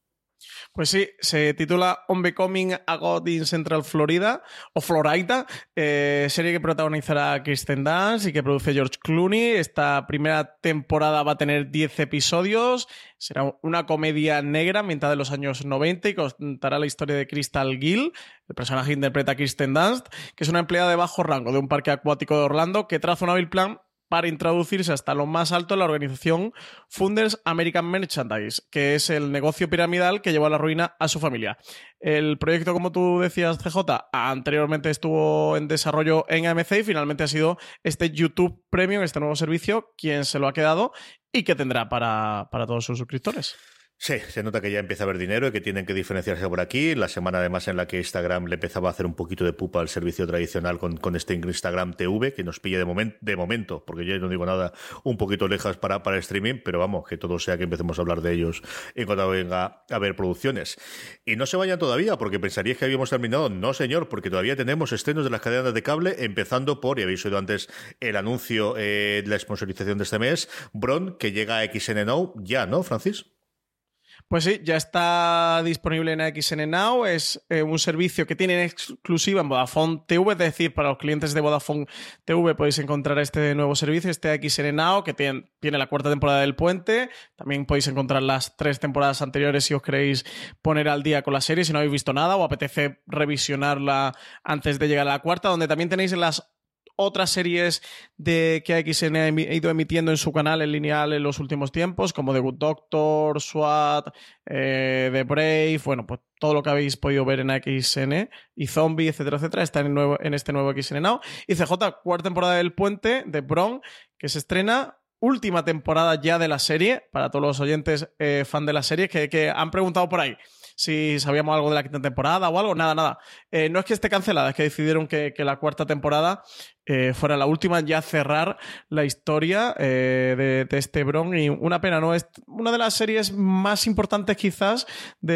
Pues sí, se titula On Becoming a God in Central Florida, o Florida, serie que protagonizará Kirsten Dunst y que produce George Clooney. Esta primera temporada va a tener 10 episodios, será una comedia negra ambientada en los años 90 y contará la historia de Crystal Gill, el personaje que interpreta Kirsten Dunst, que es una empleada de bajo rango de un parque acuático de Orlando que traza un hábil plan para introducirse hasta lo más alto en la organización Funders American Merchandise, que es el negocio piramidal que llevó a la ruina a su familia. El proyecto, como tú decías, CJ, anteriormente estuvo en desarrollo en AMC y finalmente ha sido este YouTube Premium, este nuevo servicio, quien se lo ha quedado y que tendrá para todos sus suscriptores. Sí, se nota que ya empieza a haber dinero y que tienen que diferenciarse por aquí. La semana además en la que Instagram le empezaba a hacer un poquito de pupa al servicio tradicional con este Instagram TV, que nos pilla de momento, porque yo no digo nada, un poquito lejas para streaming, pero vamos, que todo sea que empecemos a hablar de ellos en cuanto venga a haber producciones. Y no se vayan todavía, porque pensaríais que habíamos terminado. No, señor, porque todavía tenemos estrenos de las cadenas de cable, empezando por, y habéis oído antes el anuncio de la sponsorización de este mes, Bron, que llega a XN Now ya, ¿no, Francis? Pues sí, ya está disponible en AXN Now. Es un servicio que tienen exclusiva en Vodafone TV, es decir, para los clientes de Vodafone TV podéis encontrar este nuevo servicio, este AXN Now, que tiene la 4ª temporada del Puente. También podéis encontrar las 3 temporadas anteriores si os queréis poner al día con la serie, si no habéis visto nada o apetece revisionarla antes de llegar a la 4ª, donde también tenéis las otras series que AXN ha ido emitiendo en su canal en lineal en los últimos tiempos, como The Good Doctor, SWAT, The Brave, bueno, pues todo lo que habéis podido ver en AXN y Zombie, etcétera, etcétera, está en este nuevo AXN Now. Y CJ, 4ª temporada del Puente, de Bron, que se estrena, última temporada ya de la serie, para todos los oyentes fan de la serie, que han preguntado por ahí si sabíamos algo de la 5ª temporada o algo. Nada. No es que esté cancelada, es que decidieron que la 4ª temporada fuera la última, ya cerrar la historia de este Bron. Y una pena, ¿no? Es una de las series más importantes quizás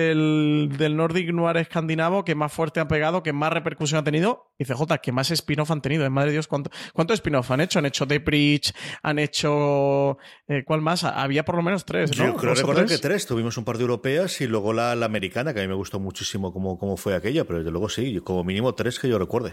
del Nordic Noir escandinavo, que más fuerte han pegado, que más repercusión ha tenido, y CJ, que más spin-off han tenido. Madre de Dios, ¿cuántos spin-off han hecho? Han hecho The Bridge, han hecho... ¿cuál más? Había por lo menos 3, ¿no? Yo creo recordar que 3. Tuvimos un par de europeas y luego la americana, que a mí me gustó muchísimo cómo fue aquella, pero desde luego sí, como mínimo 3 que yo recuerde.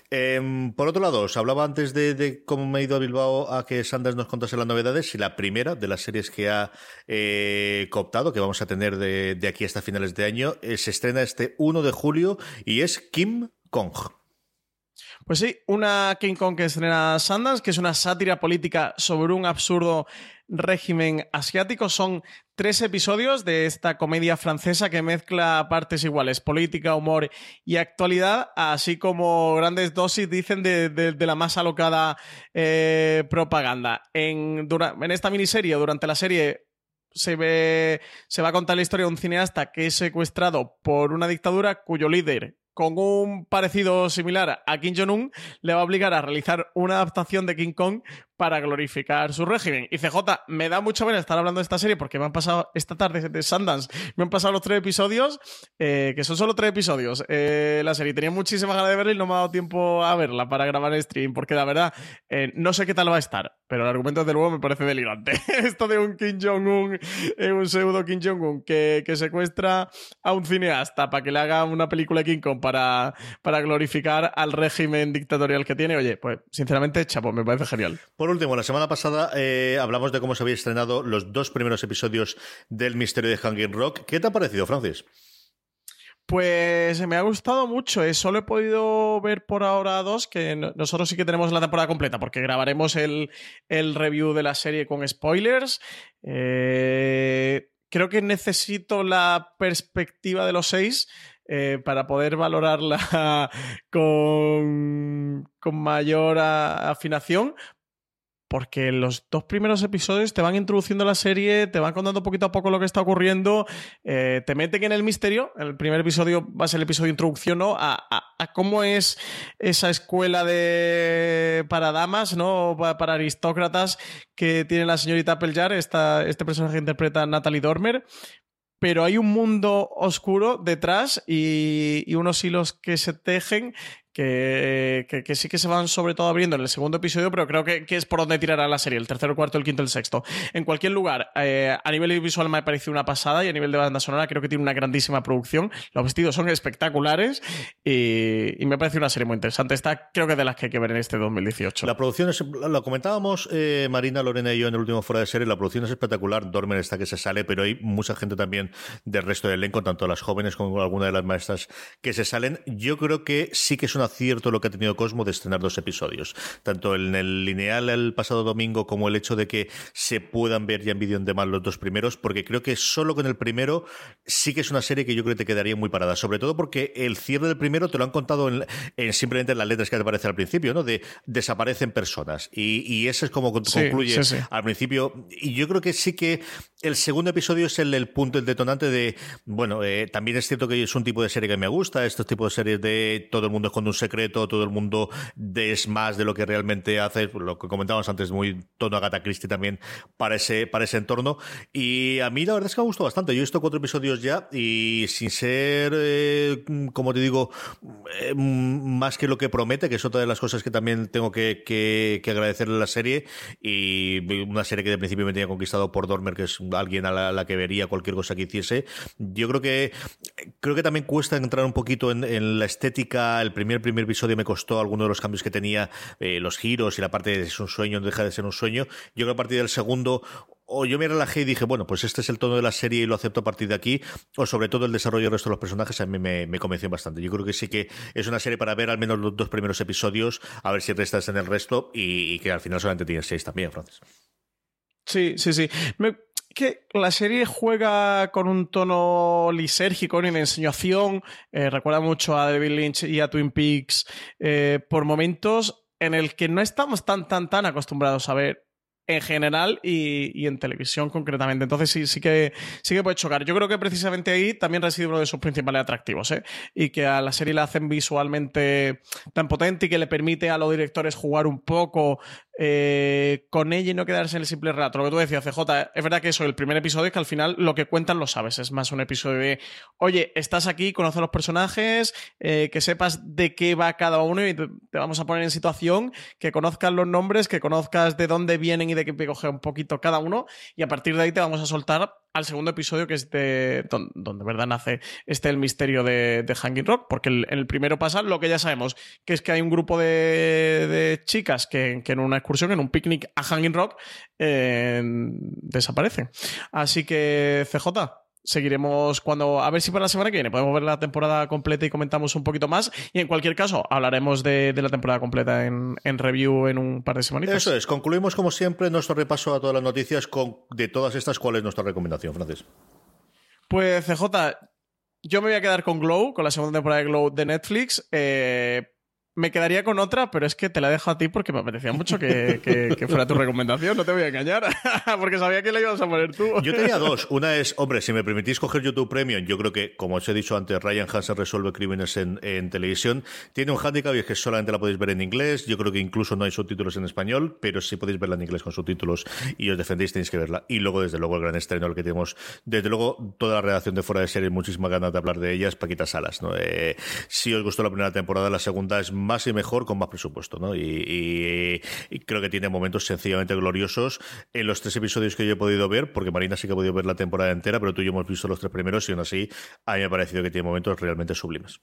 Por otro lado, os hablaba antes de cómo me he ido a Bilbao a que Sanders nos contase las novedades, y la primera de las series que ha cooptado, que vamos a tener de aquí hasta finales de año, se estrena este 1 de julio y es King Kong. Pues sí, una King Kong que estrena Sundance, que es una sátira política sobre un absurdo régimen asiático. Son 3 episodios de esta comedia francesa que mezcla partes iguales, política, humor y actualidad, así como grandes dosis, dicen, de la más alocada propaganda. En esta miniserie, durante la serie, se va a contar la historia de un cineasta que es secuestrado por una dictadura cuyo líder, con un parecido similar a Kim Jong-un, le va a obligar a realizar una adaptación de King Kong para glorificar su régimen. Y CJ, me da mucha pena estar hablando de esta serie porque me han pasado esta tarde de Sundance, me han pasado los 3 episodios, que son solo 3 episodios. La serie tenía muchísimas ganas de verla y no me ha dado tiempo a verla para grabar el stream, porque la verdad, no sé qué tal va a estar, pero el argumento desde luego me parece delirante. Esto de un Kim Jong-un, un pseudo Kim Jong-un que secuestra a un cineasta para que le haga una película de King Kong para glorificar al régimen dictatorial que tiene. Oye, pues sinceramente, chapo, me parece genial. Por último, la semana pasada hablamos de cómo se habían estrenado los 2 primeros episodios del Misterio de Hanging Rock. ¿Qué te ha parecido, Francis? Pues me ha gustado mucho. Solo he podido ver por ahora 2, que nosotros sí que tenemos la temporada completa, porque grabaremos el review de la serie con spoilers. Creo que necesito la perspectiva de los 6 para poder valorarla con mayor afinación, porque los 2 primeros episodios te van introduciendo la serie, te van contando poquito a poco lo que está ocurriendo, te meten en el misterio. El primer episodio va a ser el episodio de introducción, ¿no? a cómo es esa escuela para damas, ¿no? Para aristócratas que tiene la señorita Appleyard, este personaje que interpreta Natalie Dormer. Pero hay un mundo oscuro detrás y unos hilos que se tejen que sí que se van sobre todo abriendo en el segundo episodio, pero creo que es por donde tirará la serie, el tercero, el cuarto, el quinto, el sexto. En cualquier lugar, a nivel visual me ha parecido una pasada, y a nivel de banda sonora creo que tiene una grandísima producción. Los vestidos son espectaculares y me parece una serie muy interesante. Esta creo que es de las que hay que ver en este 2018. La producción lo comentábamos Marina, Lorena y yo en el último fuera de serie. La producción es espectacular. Dormer está que se sale, pero hay mucha gente también del resto del elenco, tanto las jóvenes como alguna de las maestras que se salen. Yo creo que sí que es un acierto lo que ha tenido Cosmo de estrenar 2 episodios, tanto en el lineal el pasado domingo como el hecho de que se puedan ver ya en vídeo en demand los 2 primeros, porque creo que solo con el primero sí que es una serie que yo creo que te quedaría muy parada, sobre todo porque el cierre del primero te lo han contado simplemente en las letras que te aparece al principio, ¿no? De desaparecen personas, y eso es como concluye sí. Al principio. Y yo creo que sí que el segundo episodio es el punto, el detonante de, bueno, también es cierto que es un tipo de serie que me gusta, estos tipos de series de todo el mundo esconde un secreto, todo el mundo es más de lo que realmente hace, lo que comentábamos antes, muy tono Agatha Christie también para ese entorno. Y a mí la verdad es que me gustó bastante. Yo he visto 4 episodios ya y sin ser, como te digo, más que lo que promete, que es otra de las cosas que también tengo que agradecerle a la serie, y una serie que de principio me tenía conquistado por Dormer, que es alguien a la que vería cualquier cosa que hiciese. Yo creo que también cuesta entrar un poquito en la estética. El primer episodio me costó algunos de los cambios que tenía, los giros y la parte de es un sueño, no deja de ser un sueño. Yo creo que a partir del segundo yo me relajé y dije, bueno, pues este es el tono de la serie y lo acepto a partir de aquí, o sobre todo el desarrollo del resto de los personajes a mí me convenció bastante. Yo creo que sí que es una serie para ver al menos los 2 primeros episodios, a ver si restas en el resto, y que al final solamente tienes 6 también, Francis. Sí. Que la serie juega con un tono lisérgico en ensoñación, recuerda mucho a David Lynch y a Twin Peaks por momentos, en el que no estamos tan acostumbrados a ver en general y en televisión concretamente. Entonces sí que puede chocar. Yo creo que precisamente ahí también reside uno de sus principales atractivos, y que a la serie la hacen visualmente tan potente y que le permite a los directores jugar un poco con ella y no quedarse en el simple relato. Lo que tú decías, CJ, es verdad que eso, el primer episodio es que al final lo que cuentan lo sabes, es más un episodio de, oye, estás aquí, conoces a los personajes, que sepas de qué va cada uno y te vamos a poner en situación, que conozcas los nombres, que conozcas de dónde vienen y de qué coge un poquito cada uno, y a partir de ahí te vamos a soltar al segundo episodio, que es donde verdad nace el misterio de Hanging Rock, porque en el primero pasa lo que ya sabemos, que es que hay un grupo de chicas que en una excursión, en un picnic a Hanging Rock, desaparecen. Así que, CJ, seguiremos a ver si para la semana que viene podemos ver la temporada completa y comentamos un poquito más. Y en cualquier caso, hablaremos de la temporada completa en review en un par de semanitas. Eso es, concluimos como siempre nuestro repaso a todas las noticias de todas estas, ¿cuál es nuestra recomendación, Francis? Pues CJ, yo me voy a quedar con Glow, con la segunda temporada de Glow de Netflix. Me quedaría con otra, pero es que te la dejo a ti porque me apetecía mucho que fuera tu recomendación, no te voy a engañar, porque sabía que la ibas a poner tú. Yo tenía dos. Una es, hombre, si me permitís coger YouTube Premium, yo creo que, como os he dicho antes, Ryan Hansen resuelve crímenes en televisión. Tiene un hándicap y es que solamente la podéis ver en inglés. Yo creo que incluso no hay subtítulos en español, pero sí podéis verla en inglés con subtítulos y os defendéis, tenéis que verla. Y luego, desde luego, el gran estreno, el que tenemos, desde luego, toda la redacción de Fuera de Series, muchísimas ganas de hablar de ellas, Paquita Salas, ¿no? Si os gustó la primera temporada, la segunda es más y mejor, con más presupuesto, ¿no? Y creo que tiene momentos sencillamente gloriosos en los 3 episodios que yo he podido ver, porque Marina sí que ha podido ver la temporada entera, pero tú y yo hemos visto los 3 primeros y aún así a mí me ha parecido que tiene momentos realmente sublimes.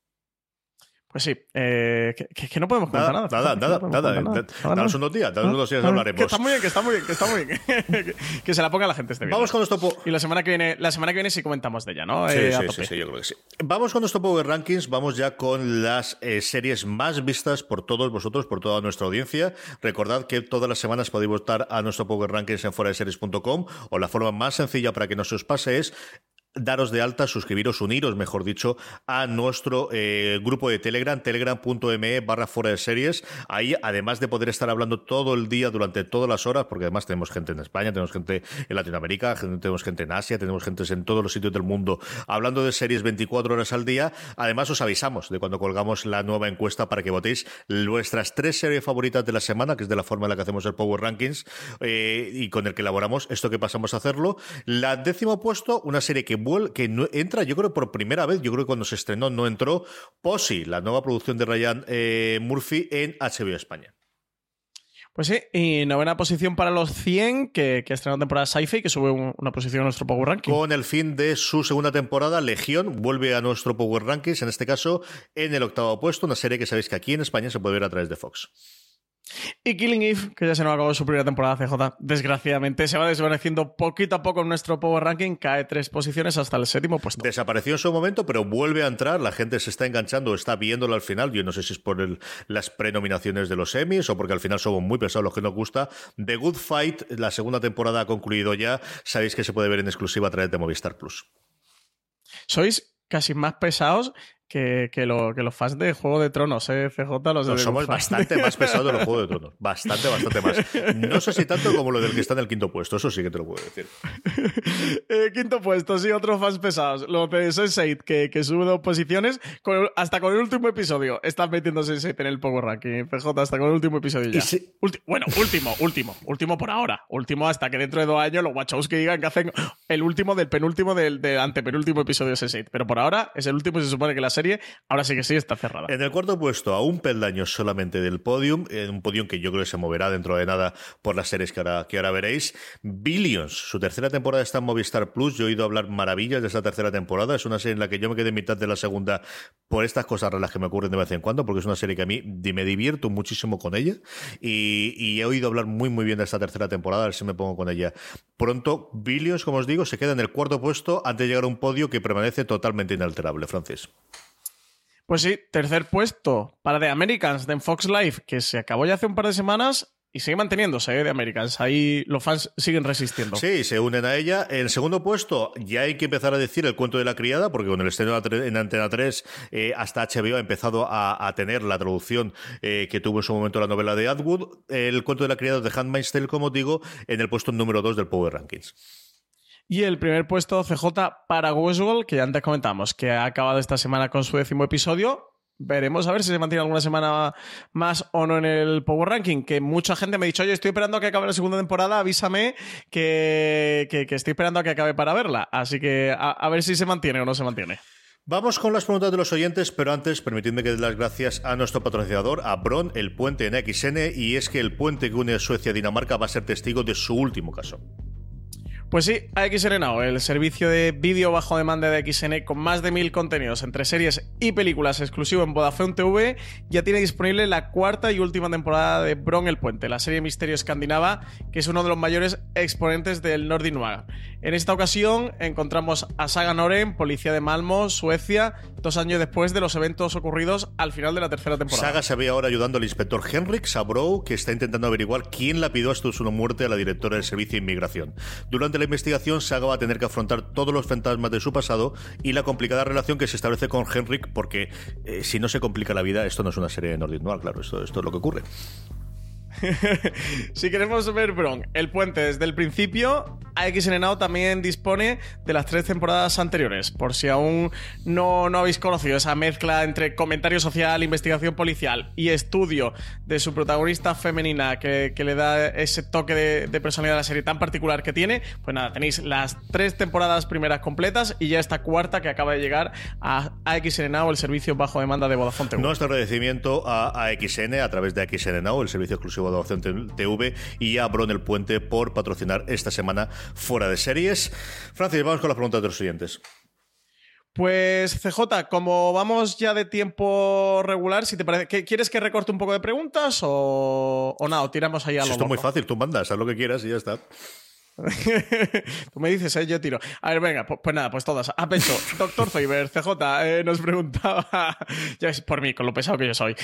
Pues sí, que no podemos contar nada. Danos unos días hablaremos. Que está muy bien. Que se la ponga la gente este vídeo. Vamos con nuestro y la semana que viene sí comentamos de ella, ¿no? Sí, yo creo que sí. Vamos con nuestro Power Rankings, vamos ya con las series más vistas por todos vosotros, por toda nuestra audiencia. Recordad que todas las semanas podéis votar a nuestro Power Rankings en fueradeseries.com, o la forma más sencilla para que no se os pase es daros de alta, suscribiros, uniros, mejor dicho, a nuestro grupo de Telegram, telegram.me/fuera de series. Ahí, además de poder estar hablando todo el día, durante todas las horas, porque además tenemos gente en España, tenemos gente en Latinoamérica, tenemos gente en Asia, tenemos gente en todos los sitios del mundo, hablando de series 24 horas al día. Además, os avisamos de cuando colgamos la nueva encuesta para que votéis vuestras 3 series favoritas de la semana, que es de la forma en la que hacemos el Power Rankings, y con el que elaboramos esto que pasamos a hacerlo. La 10º puesto, una serie que no, entra, yo creo, por primera vez. Yo creo que cuando se estrenó no entró. Posey, la nueva producción de Ryan Murphy en HBO España. Pues sí, y 9ª posición para los 100, que ha estrenado temporada Sci-Fi, que sube una posición a nuestro Power Ranking. Con el fin de su segunda temporada, Legión vuelve a nuestro Power Rankings, en este caso en el 8º puesto, una serie que sabéis que aquí en España se puede ver a través de Fox. Y Killing Eve, que ya se nos acabó su primera temporada, CJ, desgraciadamente se va desvaneciendo poquito a poco en nuestro Power Ranking, cae 3 posiciones hasta el 7º puesto. Desapareció en su momento, pero vuelve a entrar, la gente se está enganchando, está viéndolo al final. Yo no sé si es por las prenominaciones de los Emmys o porque al final somos muy pesados los que nos gusta. The Good Fight, la segunda temporada ha concluido ya, sabéis que se puede ver en exclusiva a través de Movistar Plus. Sois casi más pesados que los fans de Juego de Tronos, CJ. Somos bastante más pesados de los Juegos de Tronos. Bastante más. No sé si tanto como lo del que está en el 5º puesto, eso sí que te lo puedo decir. 5º puesto, sí, otros fans pesados. Lo de Sense8, que sube 2 posiciones, hasta con el último episodio. Están metiendo Sense8 en el Power Ranking, CJ, hasta con el último episodio ya. Último por ahora. Último hasta que dentro de 2 años los Wachowski digan que hacen el último del penúltimo del antepenúltimo episodio de Sense8. Pero por ahora es el último y se supone que la serie ahora sí que sí está cerrada. En el 4º puesto, a un peldaño solamente del podium, un podium que yo creo que se moverá dentro de nada por las series que ahora veréis. Billions, su 3ª temporada está en Movistar Plus. Yo he oído hablar maravillas de esta 3ª temporada. Es una serie en la que yo me quedé en mitad de la segunda por estas cosas raras que me ocurren de vez en cuando, porque es una serie que a mí me divierto muchísimo con ella y he oído hablar muy muy bien de esta 3ª temporada. A ver si me pongo con ella pronto. Billions, como os digo, se queda en el 4º puesto antes de llegar a un podio que permanece totalmente inalterable. Francis. Pues sí, 3er puesto para The Americans de Fox Life, que se acabó ya hace un par de semanas y sigue manteniéndose, The Americans. Ahí los fans siguen resistiendo. Sí, se unen a ella. En el 2º puesto ya hay que empezar a decir El cuento de la criada, porque con el estreno en Antena 3 hasta HBO ha empezado a tener la traducción que tuvo en su momento la novela de Atwood. El cuento de la criada de Handmaid's Tale, como digo, en el puesto número 2 del Power Rankings. Y el primer puesto, CJ, para Westworld, que ya antes comentamos, que ha acabado esta semana con su 10º episodio. Veremos a ver si se mantiene alguna semana más o no en el Power Ranking, que mucha gente me ha dicho, oye, estoy esperando a que acabe la segunda temporada, avísame que estoy esperando a que acabe para verla. Así que a ver si se mantiene o no se mantiene. Vamos con las preguntas de los oyentes, pero antes permitidme que dé las gracias a nuestro patrocinador, a Bron, el puente en XN, y es que el puente que une Suecia a Dinamarca va a ser testigo de su último caso. Pues sí, AXN Now, el servicio de vídeo bajo demanda de AXN con más de 1000 contenidos entre series y películas exclusivo en Vodafone TV, ya tiene disponible la cuarta y última temporada de Bron el Puente, la serie misterio escandinava, que es uno de los mayores exponentes del Nordic Noir. En esta ocasión encontramos a Saga Noren, policía de Malmo, Suecia, 2 años después de los eventos ocurridos al final de la tercera temporada. Saga se ve ahora ayudando al inspector Henrik Sabrow, que está intentando averiguar quién la pidió hasta su muerte a la directora del Servicio de Inmigración. Durante la investigación, Saga va a tener que afrontar todos los fantasmas de su pasado y la complicada relación que se establece con Henrik, porque si no se complica la vida, esto no es una serie de Nordic Noir, claro, esto es lo que ocurre. Si queremos ver Bron el Puente desde el principio, AXN Now también dispone de las 3 temporadas anteriores, por si aún no habéis conocido esa mezcla entre comentario social, investigación policial y estudio de su protagonista femenina que le da ese toque de personalidad a la serie tan particular que tiene. Pues nada, tenéis las 3 temporadas primeras completas y ya esta cuarta que acaba de llegar a AXN Now, el servicio bajo demanda de Vodafone TV. Nuestro agradecimiento a AXN a través de AXN Now, el servicio exclusivo de Vodafone TV, y a Bron el Puente por patrocinar esta semana Fuera de Series. Francis, vamos con las preguntas de los siguientes. Pues CJ, como vamos ya de tiempo regular, si te parece, ¿quieres que recorte un poco de preguntas o nada, o tiramos ahí a lo Esto es muy fácil, tú mandas, haz lo que quieras y ya está. Tú me dices, yo tiro. A ver, venga, pues nada, pues todas. A pecho. Doctor Zoiber, CJ, nos preguntaba, ya es por mí, con lo pesado que yo soy.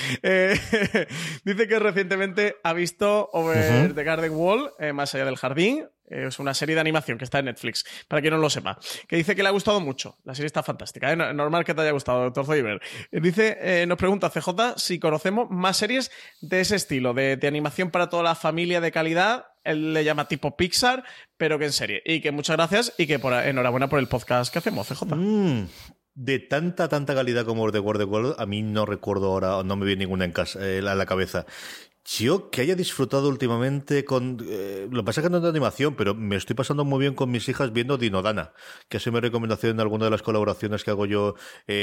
Dice que recientemente ha visto Over the Garden Wall, Más allá del jardín. Es una serie de animación que está en Netflix, para quien no lo sepa. Que dice que le ha gustado mucho. La serie está fantástica, ¿eh? Normal que te haya gustado, Doctor Zoiber. Dice, nos pregunta CJ si conocemos más series de ese estilo, de animación para toda la familia de calidad. Él le llama tipo Pixar, pero que en serie. Y que muchas gracias y que enhorabuena por el podcast que hacemos, CJ. De tanta calidad como The World of World, a mí no recuerdo ahora, no me viene ninguna a la cabeza. Yo que haya disfrutado últimamente con... lo que pasa es que no es de animación, pero me estoy pasando muy bien con mis hijas viendo Dinodana, que ha sido mi recomendación en alguna de las colaboraciones que hago yo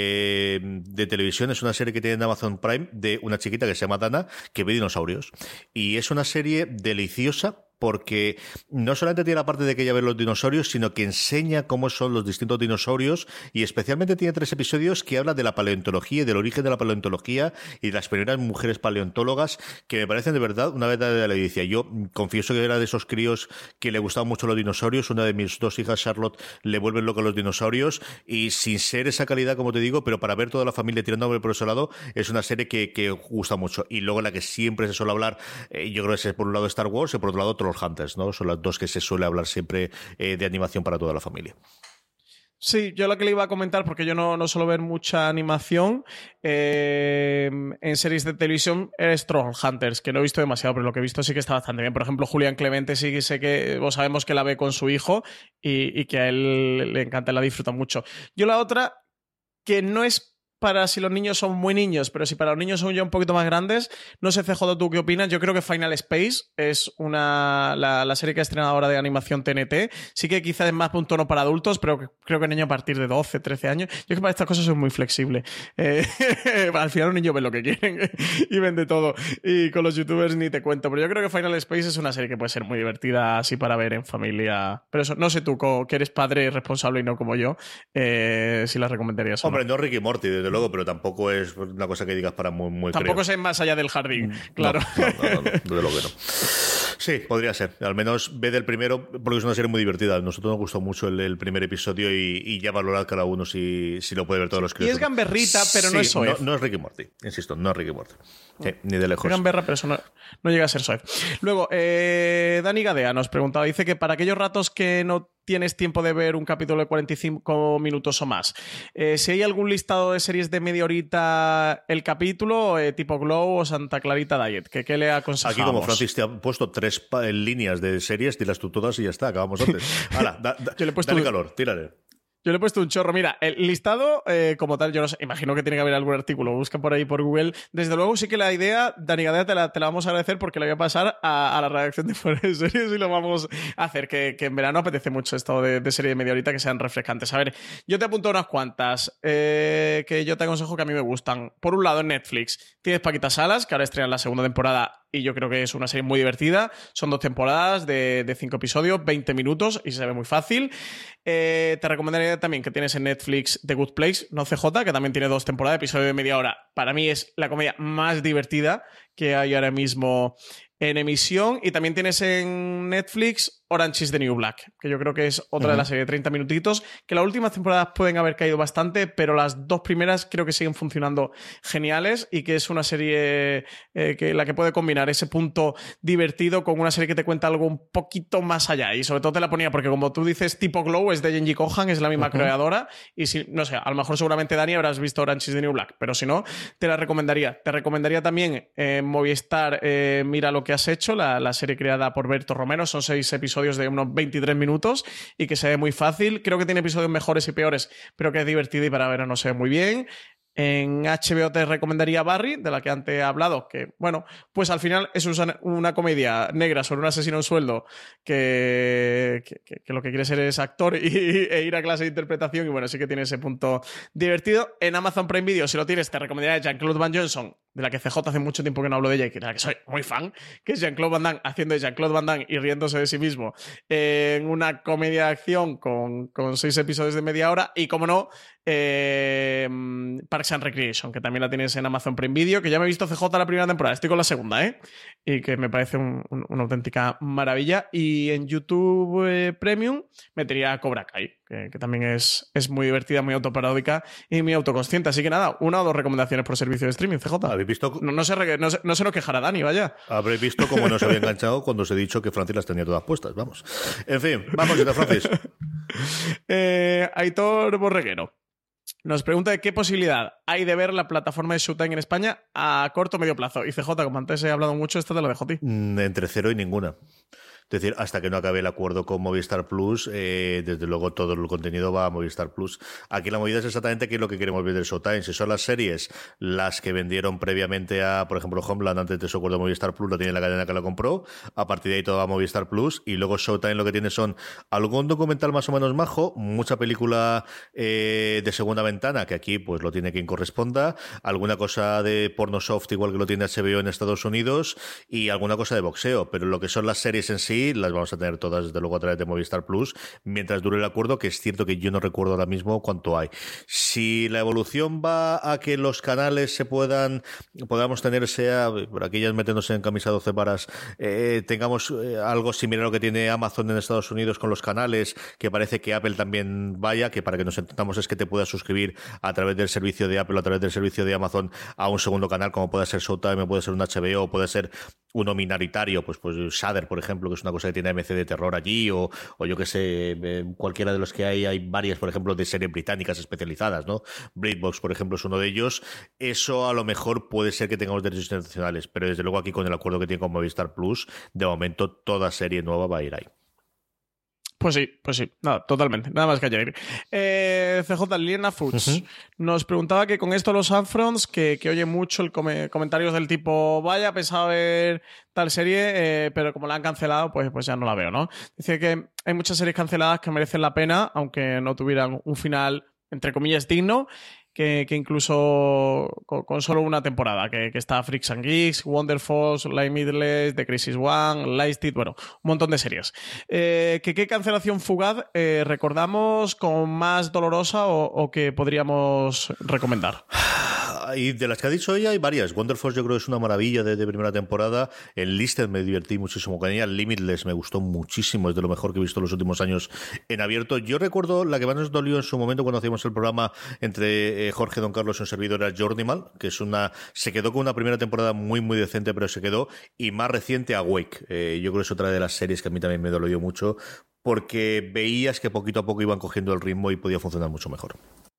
de televisión. Es una serie que tiene en Amazon Prime de una chiquita que se llama Dana, que ve dinosaurios. Y es una serie deliciosa, porque no solamente tiene la parte de que ella ve los dinosaurios, sino que enseña cómo son los distintos dinosaurios, y especialmente tiene 3 episodios que hablan de la paleontología y del origen de la paleontología y de las primeras mujeres paleontólogas, que me parecen de verdad una verdadera delicia. Yo confieso que era de esos críos que le gustaban mucho los dinosaurios. Una de mis 2 hijas, Charlotte, le vuelven loco los dinosaurios, y sin ser esa calidad, como te digo, pero para ver toda la familia tirándome por ese lado, es una serie que gusta mucho. Y luego la que siempre se suele hablar, yo creo que es por un lado Star Wars y por otro lado Hunters, ¿no? Son las 2 que se suele hablar siempre de animación para toda la familia. Sí, yo lo que le iba a comentar, porque yo no suelo ver mucha animación en series de televisión, es Trollhunters, que no he visto demasiado, pero lo que he visto sí que está bastante bien. Por ejemplo, Julián Clemente sí que sé que vos sabemos que la ve con su hijo y que a él le encanta y la disfruta mucho. Yo la otra, que no es para si los niños son muy niños, pero si para los niños son ya un poquito más grandes, no sé, CJ, ¿tú qué opinas? Yo creo que Final Space es la serie que ha estrenado ahora de animación TNT. Sí que quizás es más para un tono para adultos, pero creo que niños a partir de 12, 13 años. Yo creo que para estas cosas soy muy flexible. Al final los niños ven lo que quieren y ven de todo. Y con los youtubers ni te cuento. Pero yo creo que Final Space es una serie que puede ser muy divertida así para ver en familia. Pero eso, no sé tú, que eres padre responsable y no como yo, si la recomendarías. Hombre, no Ricky Morty, desde luego, pero tampoco es una cosa que digas para muy tampoco es Más allá del jardín, claro. No, desde luego que no. Sí, podría ser. Al menos ve del primero, porque es una serie muy divertida. A nosotros nos gustó mucho el primer episodio y ya valorad cada uno si lo puede ver todos los críos. Y es gamberrita, pero sí, no es soez. No es Ricky Morty, insisto, no es Ricky Morty. Sí, ni de lejos. Es gamberra, pero eso no llega a ser soez. Luego, Dani Gadea nos preguntaba, dice que para aquellos ratos que no tienes tiempo de ver un capítulo de 45 minutos o más, si hay algún listado de series de media horita el capítulo, tipo Glow o Santa Clarita Diet, ¿qué le aconsejamos? Aquí, como Francis te ha puesto 3 líneas de series, tiras tú todas y ya está, acabamos antes. Hala, dale calor, tírale. Yo le he puesto un chorro. Mira, el listado, como tal, yo no sé, imagino que tiene que haber algún artículo. Busca por ahí por Google. Desde luego, sí que la idea, Dani Gadea, te la vamos a agradecer porque la voy a pasar a la redacción de Fuera de Series y lo vamos a hacer. Que en verano apetece mucho esto de serie de media horita que sean refrescantes. A ver, yo te apunto unas cuantas que yo te aconsejo que a mí me gustan. Por un lado, en Netflix tienes Paquita Salas, que ahora estrenan la segunda temporada y yo creo que es una serie muy divertida. Son 2 temporadas de 5 episodios, 20 minutos y se ve muy fácil. Te recomendaría también que tienes en Netflix The Good Place, no CJ, que también tiene 2 temporadas, episodio de media hora. Para mí es la comedia más divertida que hay ahora mismo en emisión. Y también tienes en Netflix Orange is the New Black, que yo creo que es otra de las series de 30 minutitos, que las últimas temporadas pueden haber caído bastante, pero las 2 primeras creo que siguen funcionando geniales y que es una serie la que puede combinar ese punto divertido con una serie que te cuenta algo un poquito más allá. Y sobre todo te la ponía porque, como tú dices, tipo Glow es de Jenji Kohan, es la misma creadora, y si, no sé, a lo mejor seguramente Dani habrás visto Orange is the New Black, pero si no, te la recomendaría. Te recomendaría también Movistar, Mira lo que has hecho, la serie creada por Berto Romero. Son 6 episodios de unos 23 minutos y que se ve muy fácil. Creo que tiene episodios mejores y peores, pero que es divertido y para verano se ve muy bien. En HBO te recomendaría Barry, de la que antes he hablado, que, bueno, pues al final es una comedia negra sobre un asesino en sueldo que lo que quiere ser es actor e ir a clase de interpretación, y bueno, sí que tiene ese punto divertido. En Amazon Prime Video, si lo tienes, te recomendaría Jean-Claude Van Johnson, de la que CJ hace mucho tiempo que no hablo de ella y de la que soy muy fan, que es Jean-Claude Van Damme haciendo de Jean-Claude Van Damme y riéndose de sí mismo en una comedia de acción con 6 episodios de media hora. Y, como no, Parks and Recreation, que también la tienes en Amazon Prime Video, que ya me he visto CJ la primera temporada, estoy con la segunda, y que me parece una auténtica maravilla. Y en YouTube Premium metería Cobra Kai, que también es muy divertida, muy autoparódica y muy autoconsciente. Así que nada, 1 o 2 recomendaciones por servicio de streaming, CJ. ¿Habéis visto? No se nos quejará Dani, vaya. Habréis visto cómo nos había enganchado cuando os he dicho que Francis las tenía todas puestas, vamos. En fin, vamos, Francis. Aitor Borreguero nos pregunta de qué posibilidad hay de ver la plataforma de Showtime en España a corto o medio plazo. Y CJ, como antes he hablado mucho, esta te lo dejo a ti. Entre 0 y ninguna. Es decir, hasta que no acabe el acuerdo con Movistar Plus, desde luego todo el contenido va a Movistar Plus. Aquí la movida es exactamente qué es lo que queremos ver del Showtime. Si son las series las que vendieron previamente a, por ejemplo, Homeland antes de su acuerdo de Movistar Plus, lo tiene la cadena que lo compró, a partir de ahí todo va a Movistar Plus, y luego Showtime lo que tiene son algún documental más o menos majo, mucha película de segunda ventana, que aquí pues lo tiene quien corresponda, alguna cosa de porno soft igual que lo tiene HBO en Estados Unidos, y alguna cosa de boxeo, pero lo que son las series en sí las vamos a tener todas desde luego a través de Movistar Plus mientras dure el acuerdo, que es cierto que yo no recuerdo ahora mismo cuánto hay. Si la evolución va a que los canales podamos tener, sea por aquellas metiéndose en camisa 12 varas, tengamos algo similar a lo que tiene Amazon en Estados Unidos con los canales, que parece que Apple también vaya, que para que nos entendamos es que te puedas suscribir a través del servicio de Apple o a través del servicio de Amazon a un segundo canal, como puede ser Showtime, puede ser un HBO, o puede ser uno minoritario, pues Shudder, por ejemplo, que es una cosa que tiene AMC de terror allí, o yo que sé, cualquiera de los que hay varias, por ejemplo, de series británicas especializadas, ¿no? BritBox, por ejemplo, es uno de ellos. Eso a lo mejor puede ser que tengamos derechos internacionales, pero desde luego aquí con el acuerdo que tiene con Movistar Plus, de momento toda serie nueva va a ir ahí. Pues sí, nada, totalmente, nada más que añadir. CJ Liena Foods nos preguntaba que con esto los Upfronts, que oye mucho el comentarios del tipo, vaya, pensaba ver tal serie, pero como la han cancelado, pues ya no la veo, ¿no? Dice que hay muchas series canceladas que merecen la pena, aunque no tuvieran un final, entre comillas, digno, que incluso con solo una temporada, que está Freaks and Geeks, Wonderful, Light Middles, The Crisis One, Lightspeed, bueno, un montón de series. ¿Qué cancelación fugaz recordamos con más dolorosa o que podríamos recomendar? Y de las que ha dicho ella hay varias. Wonderful yo creo que es una maravilla de primera temporada. En Listed me divertí muchísimo con ella. Limitless me gustó muchísimo, es de lo mejor que he visto en los últimos años en abierto. Yo recuerdo la que más nos dolió en su momento cuando hacíamos el programa entre Jorge, Don Carlos y un servidor, era Journeyman, que se quedó con una primera temporada muy muy decente, pero se quedó. Y más reciente, Awake. Yo creo que es otra de las series que a mí también me dolió mucho, porque veías que poquito a poco iban cogiendo el ritmo y podía funcionar mucho mejor.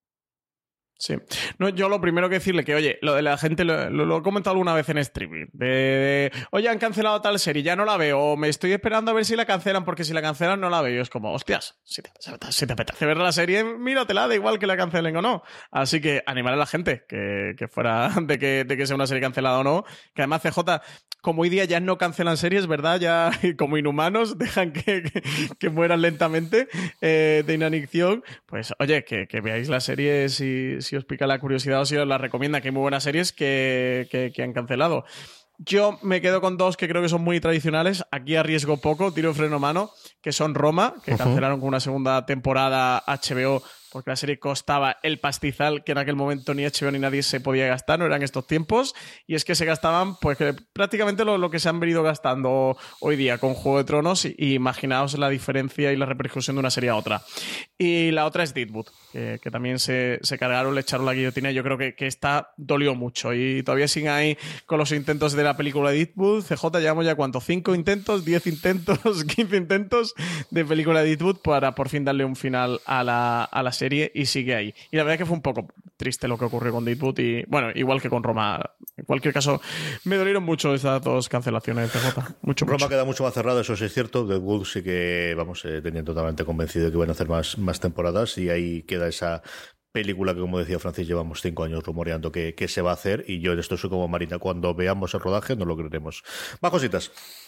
Sí. No, yo lo primero que decirle que, oye, lo de la gente lo he comentado alguna vez en streaming. Oye, han cancelado tal serie, ya no la veo. O me estoy esperando a ver si la cancelan, porque si la cancelan no la veo. Y es como, hostias, si te apetece ver la serie, míratela, da igual que la cancelen o no. Así que animar a la gente que fuera de que sea una serie cancelada o no. Que además CJ, como hoy día ya no cancelan series, ¿verdad? Ya como inhumanos, dejan que mueran lentamente de inanición. Pues oye, que veáis la serie si os pica la curiosidad o si os la recomienda, que hay muy buenas series que han cancelado. Yo me quedo con dos que creo que son muy tradicionales. Aquí arriesgo poco, tiro freno mano, que son Roma, que cancelaron con una segunda temporada HBO porque la serie costaba el pastizal que en aquel momento ni HBO ni nadie se podía gastar, no eran estos tiempos, y es que se gastaban pues que prácticamente lo que se han venido gastando hoy día con Juego de Tronos, y imaginaos la diferencia y la repercusión de una serie a otra. Y la otra es Deadwood, que también se cargaron, le echaron la guillotina, y yo creo que esta dolió mucho, y todavía siguen ahí con los intentos de la película de Deadwood. CJ, llevamos ya ¿cuánto? 5 intentos, 10 intentos, 15 intentos de película de Deadwood para por fin darle un final a la serie, y sigue ahí. Y la verdad es que fue un poco triste lo que ocurrió con Deadwood, y bueno, igual que con Roma. En cualquier caso, me dolieron mucho esas dos cancelaciones de CJ. Roma queda mucho más cerrado, eso sí es cierto. Deadwood sí que, vamos, tenía totalmente convencido de que iban a hacer más temporadas, y ahí queda esa película que, como decía Francis, llevamos 5 años rumoreando que se va a hacer, y yo en esto soy como Marina, cuando veamos el rodaje no lo creeremos. Más cositas.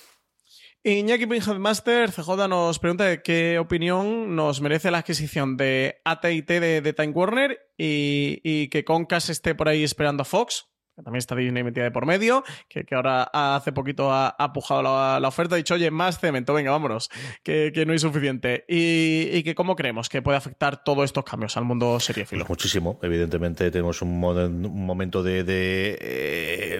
Iñaki Pinheadmaster, CJ, nos pregunta de qué opinión nos merece la adquisición de AT&T de Time Warner, y que Comcast esté por ahí esperando a Fox, que también está Disney metida de por medio, que ahora hace poquito ha pujado la oferta, ha dicho, oye, más cemento, venga, vámonos, que no hay suficiente. Y que cómo creemos que puede afectar todos estos cambios al mundo seriéfilo. Pues muchísimo, evidentemente tenemos un momento de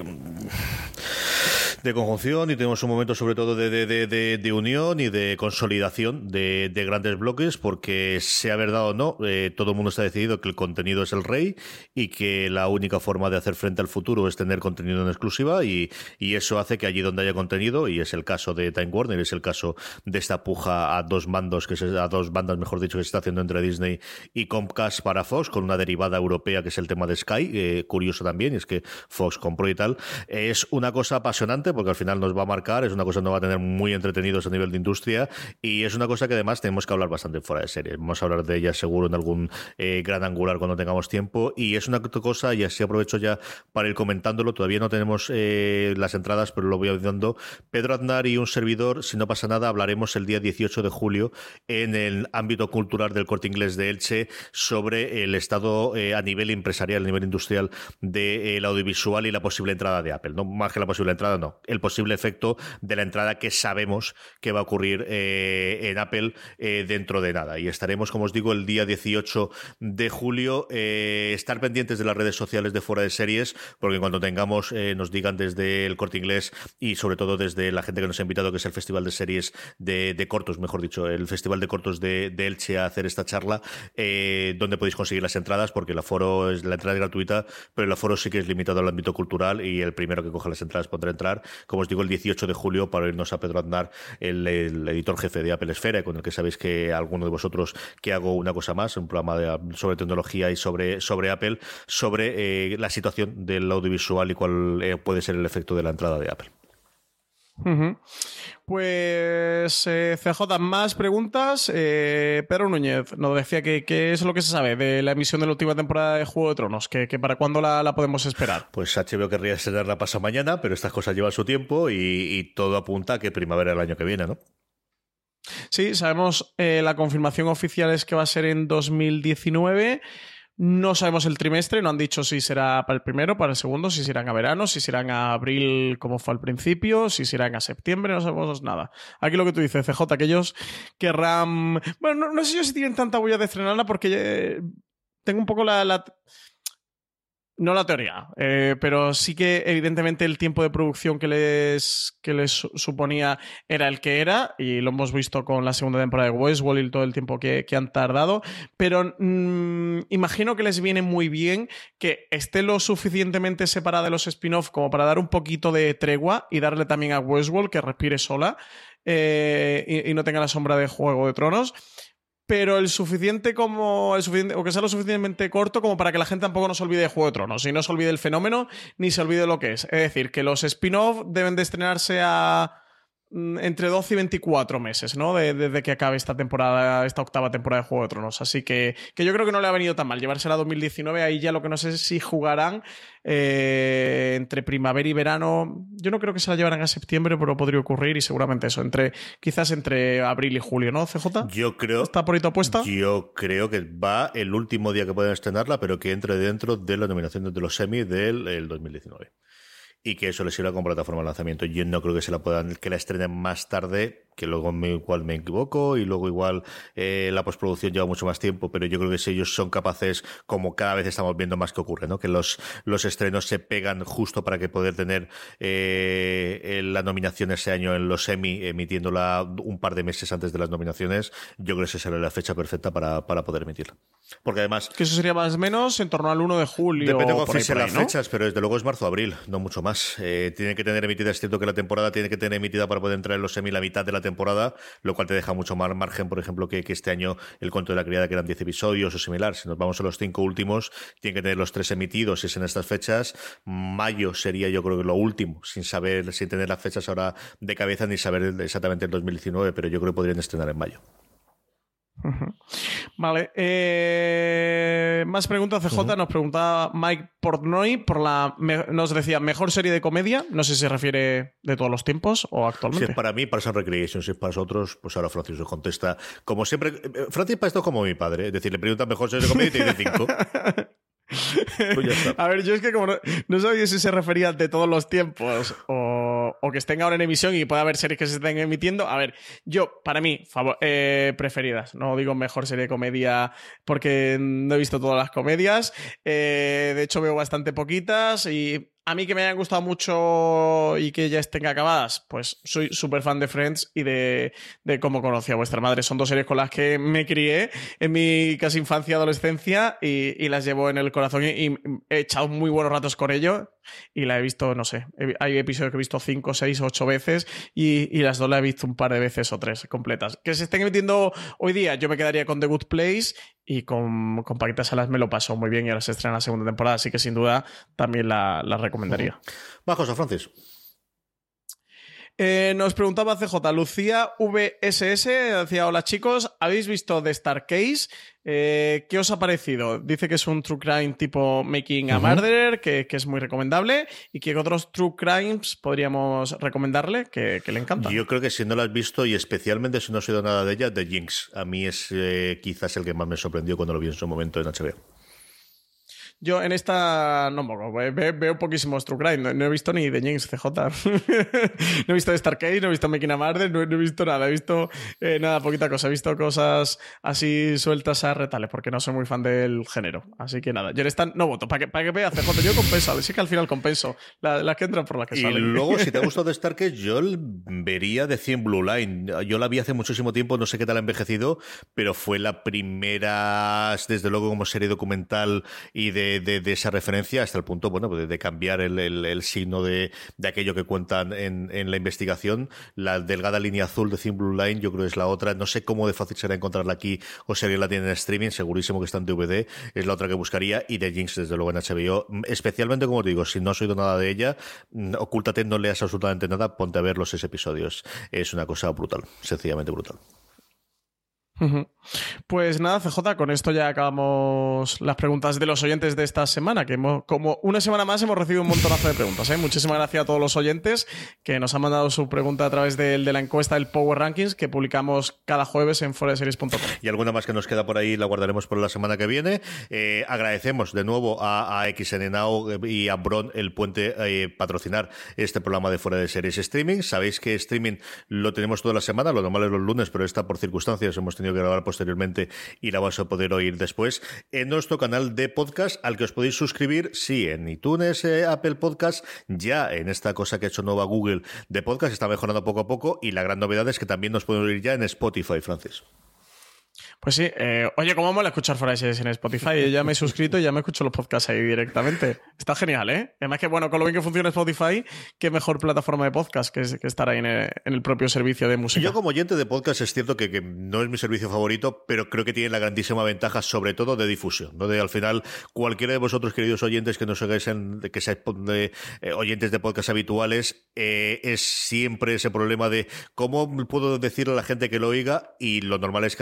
conjunción, y tenemos un momento sobre todo de unión y de consolidación de grandes bloques, porque sea verdad o no, todo el mundo está decidido que el contenido es el rey, y que la única forma de hacer frente al futuro es tener contenido en exclusiva, y eso hace que allí donde haya contenido, y es el caso de Time Warner, es el caso de esta puja a dos bandas, mejor dicho, que se está haciendo entre Disney y Comcast para Fox, con una derivada europea que es el tema de Sky, curioso también, y es que Fox compró y tal. Es una cosa apasionante porque al final nos va a marcar, es una cosa que nos va a tener muy entretenidos a nivel de industria, y es una cosa que además tenemos que hablar bastante fuera de serie. Vamos a hablar de ella seguro en algún gran angular cuando tengamos tiempo, y es una cosa, y así aprovecho ya para ir comentándolo. Todavía no tenemos las entradas, pero lo voy avisando. Pedro Aznar y un servidor, si no pasa nada, hablaremos el día 18 de julio en el ámbito cultural del Corte Inglés de Elche sobre el estado a nivel empresarial, a nivel industrial del audiovisual y la posible entrada de Apple. No más que la posible entrada, no. El posible efecto de la entrada que sabemos que va a ocurrir en Apple dentro de nada. Y estaremos, como os digo, el día 18 de julio. Estar pendientes de las redes sociales de Fuera de Series, porque cuando tengamos nos digan desde el Corte Inglés, y sobre todo desde la gente que nos ha invitado, que es el Festival de Series de Cortos, mejor dicho, el Festival de Cortos de Elche, a hacer esta charla, donde podéis conseguir las entradas, porque la entrada es gratuita, pero el aforo sí que es limitado al ámbito cultural, y el primero que coja las entradas podrá entrar, como os digo, el 18 de julio, para irnos a Pedro Aznar, el editor jefe de Apple Esfera, con el que sabéis que alguno de vosotros que hago una cosa más, un programa sobre tecnología y sobre Apple, sobre la situación del audiovisual y cuál puede ser el efecto de la entrada de Apple. Pues CJ, más preguntas. Pedro Núñez nos decía que qué es lo que se sabe de la emisión de la última temporada de Juego de Tronos, que para cuándo la podemos esperar. Pues HBO querría estrenarla pasado mañana, pero estas cosas llevan su tiempo, y todo apunta a que primavera del año que viene, ¿no? Sí, sabemos, la confirmación oficial es que va a ser en 2019. No sabemos el trimestre, no han dicho si será para el primero, para el segundo, si serán a verano, si serán a abril como fue al principio, si serán a septiembre, no sabemos nada. Aquí lo que tú dices, CJ, que ellos querrán... Bueno, no sé yo si tienen tanta bulla de estrenarla, porque tengo un poco no la teoría, pero sí que evidentemente el tiempo de producción que les suponía era el que era, y lo hemos visto con la segunda temporada de Westworld y todo el tiempo que han tardado, pero imagino que les viene muy bien que esté lo suficientemente separada de los spin-off como para dar un poquito de tregua y darle también a Westworld que respire sola, y no tenga la sombra de Juego de Tronos. Pero o que sea lo suficientemente corto como para que la gente tampoco no se olvide de Juego de Tronos, y no se olvide el fenómeno ni se olvide lo que es. Es decir, que los spin-off deben de estrenarse entre 12 y 24 meses, ¿no? Desde que acabe esta octava temporada de Juego de Tronos. Así que yo creo que no le ha venido tan mal llevársela a 2019. Ahí ya lo que no sé es si jugarán entre primavera y verano. Yo no creo que se la llevaran a septiembre, pero podría ocurrir, y seguramente eso, quizás entre abril y julio, ¿no, CJ? Yo creo... ¿Está por ahí tu apuesta? Yo creo que va el último día que pueden estrenarla, pero que entre dentro de las nominaciones de los Emmy del 2019. y que eso les sirva como plataforma de lanzamiento. Yo no creo que la estrenen más tarde, que luego igual me equivoco y luego igual la postproducción lleva mucho más tiempo, pero yo creo que si ellos son capaces, como cada vez estamos viendo más que ocurre, ¿no? Que los estrenos se pegan justo para que poder tener la nominación ese año en los Emmy, emitiéndola un par de meses antes de las nominaciones, yo creo que esa será la fecha perfecta para poder emitirla. Porque además... Que eso sería más o menos en torno al 1 de julio. Depende de cómo por ahí, las ¿no? fechas, pero desde luego es marzo-abril, no mucho más. Tiene que tener emitida, es cierto que la temporada tiene que tener emitida para poder entrar en los semi la mitad de la temporada, lo cual te deja mucho más margen, por ejemplo, que este año el cuento de la criada, que eran 10 episodios o similar. Si nos vamos a los 5 últimos, tienen que tener los 3 emitidos, si es en estas fechas. Mayo sería, yo creo que lo último, sin tener las fechas ahora de cabeza ni saber exactamente el 2019, pero yo creo que podrían estrenar en mayo. Vale. Más preguntas, CJ. Nos preguntaba Mike Portnoy nos decía mejor serie de comedia. No sé si se refiere de todos los tiempos o actualmente. Si es para mí, Parks and Recreation. Si es para otros, pues ahora Francis os contesta. Como siempre, Francis para esto es como mi padre. Es decir, le preguntan mejor serie de comedia y te dice 5. Pues ya está. A ver, yo es que como no sabía si se refería de todos los tiempos o que estén ahora en emisión y pueda haber series que se estén emitiendo. A ver, yo, para mí, preferidas. No digo mejor serie de comedia porque no he visto todas las comedias. De hecho, veo bastante poquitas y... A mí que me hayan gustado mucho y que ya estén acabadas, pues soy súper fan de Friends y de Cómo conocí a vuestra madre. Son dos series con las que me crié en mi casi infancia y adolescencia y las llevo en el corazón y he echado muy buenos ratos con ello y la he visto, no sé, hay episodios que he visto 5, 6, 8 veces y las dos las he visto un par de veces o 3 completas. Que se estén emitiendo hoy día, yo me quedaría con The Good Place y con Paquita Salas me lo paso muy bien y ahora se estrena la segunda temporada, así que sin duda también la recomendaría. Bajos a Francis. Nos preguntaba CJ, Lucía VSS, decía: hola chicos, ¿habéis visto The Star Case? ¿Qué os ha parecido? Dice que es un true crime tipo Making a Murderer, que es muy recomendable, y que otros true crimes podríamos recomendarle, que le encanta. Yo creo que si no la has visto, y especialmente si no has oído nada de ella, The Jinx. A mí es quizás el que más me sorprendió cuando lo vi en su momento en HBO. Yo en esta no veo poquísimos true crime. No he visto ni The Jinx, CJ. No he visto The Star Case, no he visto Making a Murder, no he visto nada. He visto nada, poquita cosa. He visto cosas así sueltas a retales porque no soy muy fan del género. Así que nada, yo en esta no voto. Para que vea, CJ, yo compenso. A ver si que al final compenso las que entran por las que salen. Y luego, si te ha gustado The Star Case, yo vería The Thin Blue Line. Yo la vi hace muchísimo tiempo, no sé qué tal ha envejecido, pero fue la primera, desde luego, como serie documental y de esa referencia hasta el punto, bueno, de cambiar el signo de aquello que cuentan en la investigación. La delgada línea azul de Thin Blue Line yo creo que es la otra. No sé cómo de fácil será encontrarla aquí o si alguien la tiene en streaming, segurísimo que está en DVD. Es la otra que buscaría. Y The Jinx, desde luego, en HBO. Especialmente, como os digo, si no has oído nada de ella, ocúltate, no leas absolutamente nada, ponte a ver los 6 episodios. Es una cosa brutal, sencillamente brutal. Pues nada, CJ, con esto ya acabamos las preguntas de los oyentes de esta semana, que como una semana más hemos recibido un montonazo de preguntas, ¿eh? Muchísimas gracias a todos los oyentes que nos han mandado su pregunta a través de la encuesta del Power Rankings que publicamos cada jueves en foradeseries.com. Y alguna más que nos queda por ahí la guardaremos por la semana que viene. Agradecemos de nuevo a XN Now y a Bron el puente patrocinar este programa de Fuera de Series Streaming. Sabéis que streaming lo tenemos toda la semana, lo normal es los lunes, pero esta por circunstancias hemos tenido que grabar posteriormente y la vas a poder oír después en nuestro canal de podcast, al que os podéis suscribir, sí, en iTunes, Apple Podcast, ya en esta cosa que ha hecho nueva Google de podcast, está mejorando poco a poco, y la gran novedad es que también nos pueden oír ya en Spotify, Francis. Pues sí, oye, ¿cómo mola escuchar Fuera de Series en Spotify? Yo ya me he suscrito y ya me escucho los podcasts ahí directamente. Está genial, ¿eh? Además que, bueno, con lo bien que funciona Spotify, qué mejor plataforma de podcast que estar ahí en el propio servicio de música. Yo como oyente de podcast es cierto que no es mi servicio favorito, pero creo que tiene la grandísima ventaja, sobre todo de difusión, ¿no? De al final, cualquiera de vosotros, queridos oyentes, que nos oigáis que seáis oyentes de podcast habituales, es siempre ese problema de cómo puedo decirle a la gente que lo oiga, y lo normal es que aquí es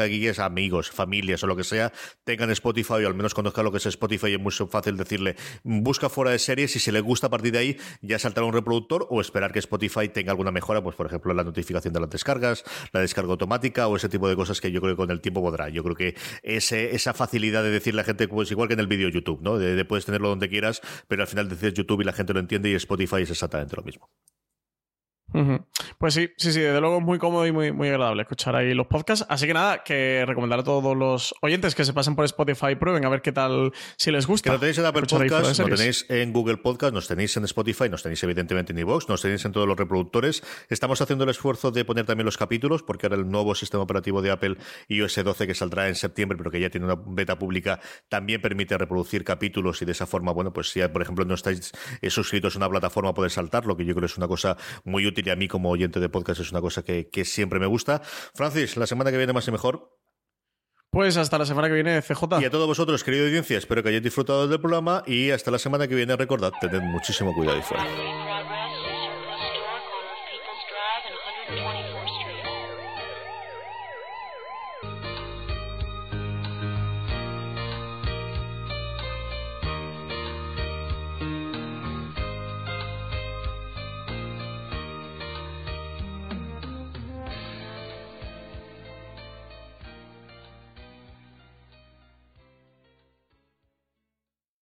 amigos, familias o lo que sea, tengan Spotify o al menos conozcan lo que es Spotify. Y es muy fácil decirle, busca fuera de series, y si le gusta a partir de ahí, ya saltará un reproductor o esperar que Spotify tenga alguna mejora, pues por ejemplo la notificación de las descargas, la descarga automática o ese tipo de cosas que yo creo que con el tiempo podrá. Yo creo que esa facilidad de decirle a la gente, pues igual que en el vídeo YouTube, ¿no? De puedes tenerlo donde quieras, pero al final dices YouTube y la gente lo entiende, y Spotify es exactamente lo mismo. Pues sí, desde luego es muy cómodo y muy, muy agradable escuchar ahí los podcasts. Así que nada, que recomendar a todos los oyentes que se pasen por Spotify, prueben a ver qué tal, si les gusta. Que nos tenéis en Apple Podcast, nos tenéis en Google Podcast, nos tenéis en Spotify, nos tenéis evidentemente en iVoox, nos tenéis en todos los reproductores. Estamos haciendo el esfuerzo de poner también los capítulos, porque ahora el nuevo sistema operativo de Apple, iOS 12, que saldrá en septiembre, pero que ya tiene una beta pública, también permite reproducir capítulos, y de esa forma, bueno, pues si por ejemplo no estáis suscritos a una plataforma, podéis saltar, lo que yo creo es una cosa muy útil, y a mí como oyente de podcast es una cosa que siempre me gusta. Francis, la semana que viene más y mejor. Pues hasta la semana que viene, CJ. Y a todos vosotros, querida audiencia, espero que hayáis disfrutado del programa, y hasta la semana que viene, recordad, tened muchísimo cuidado y fuera.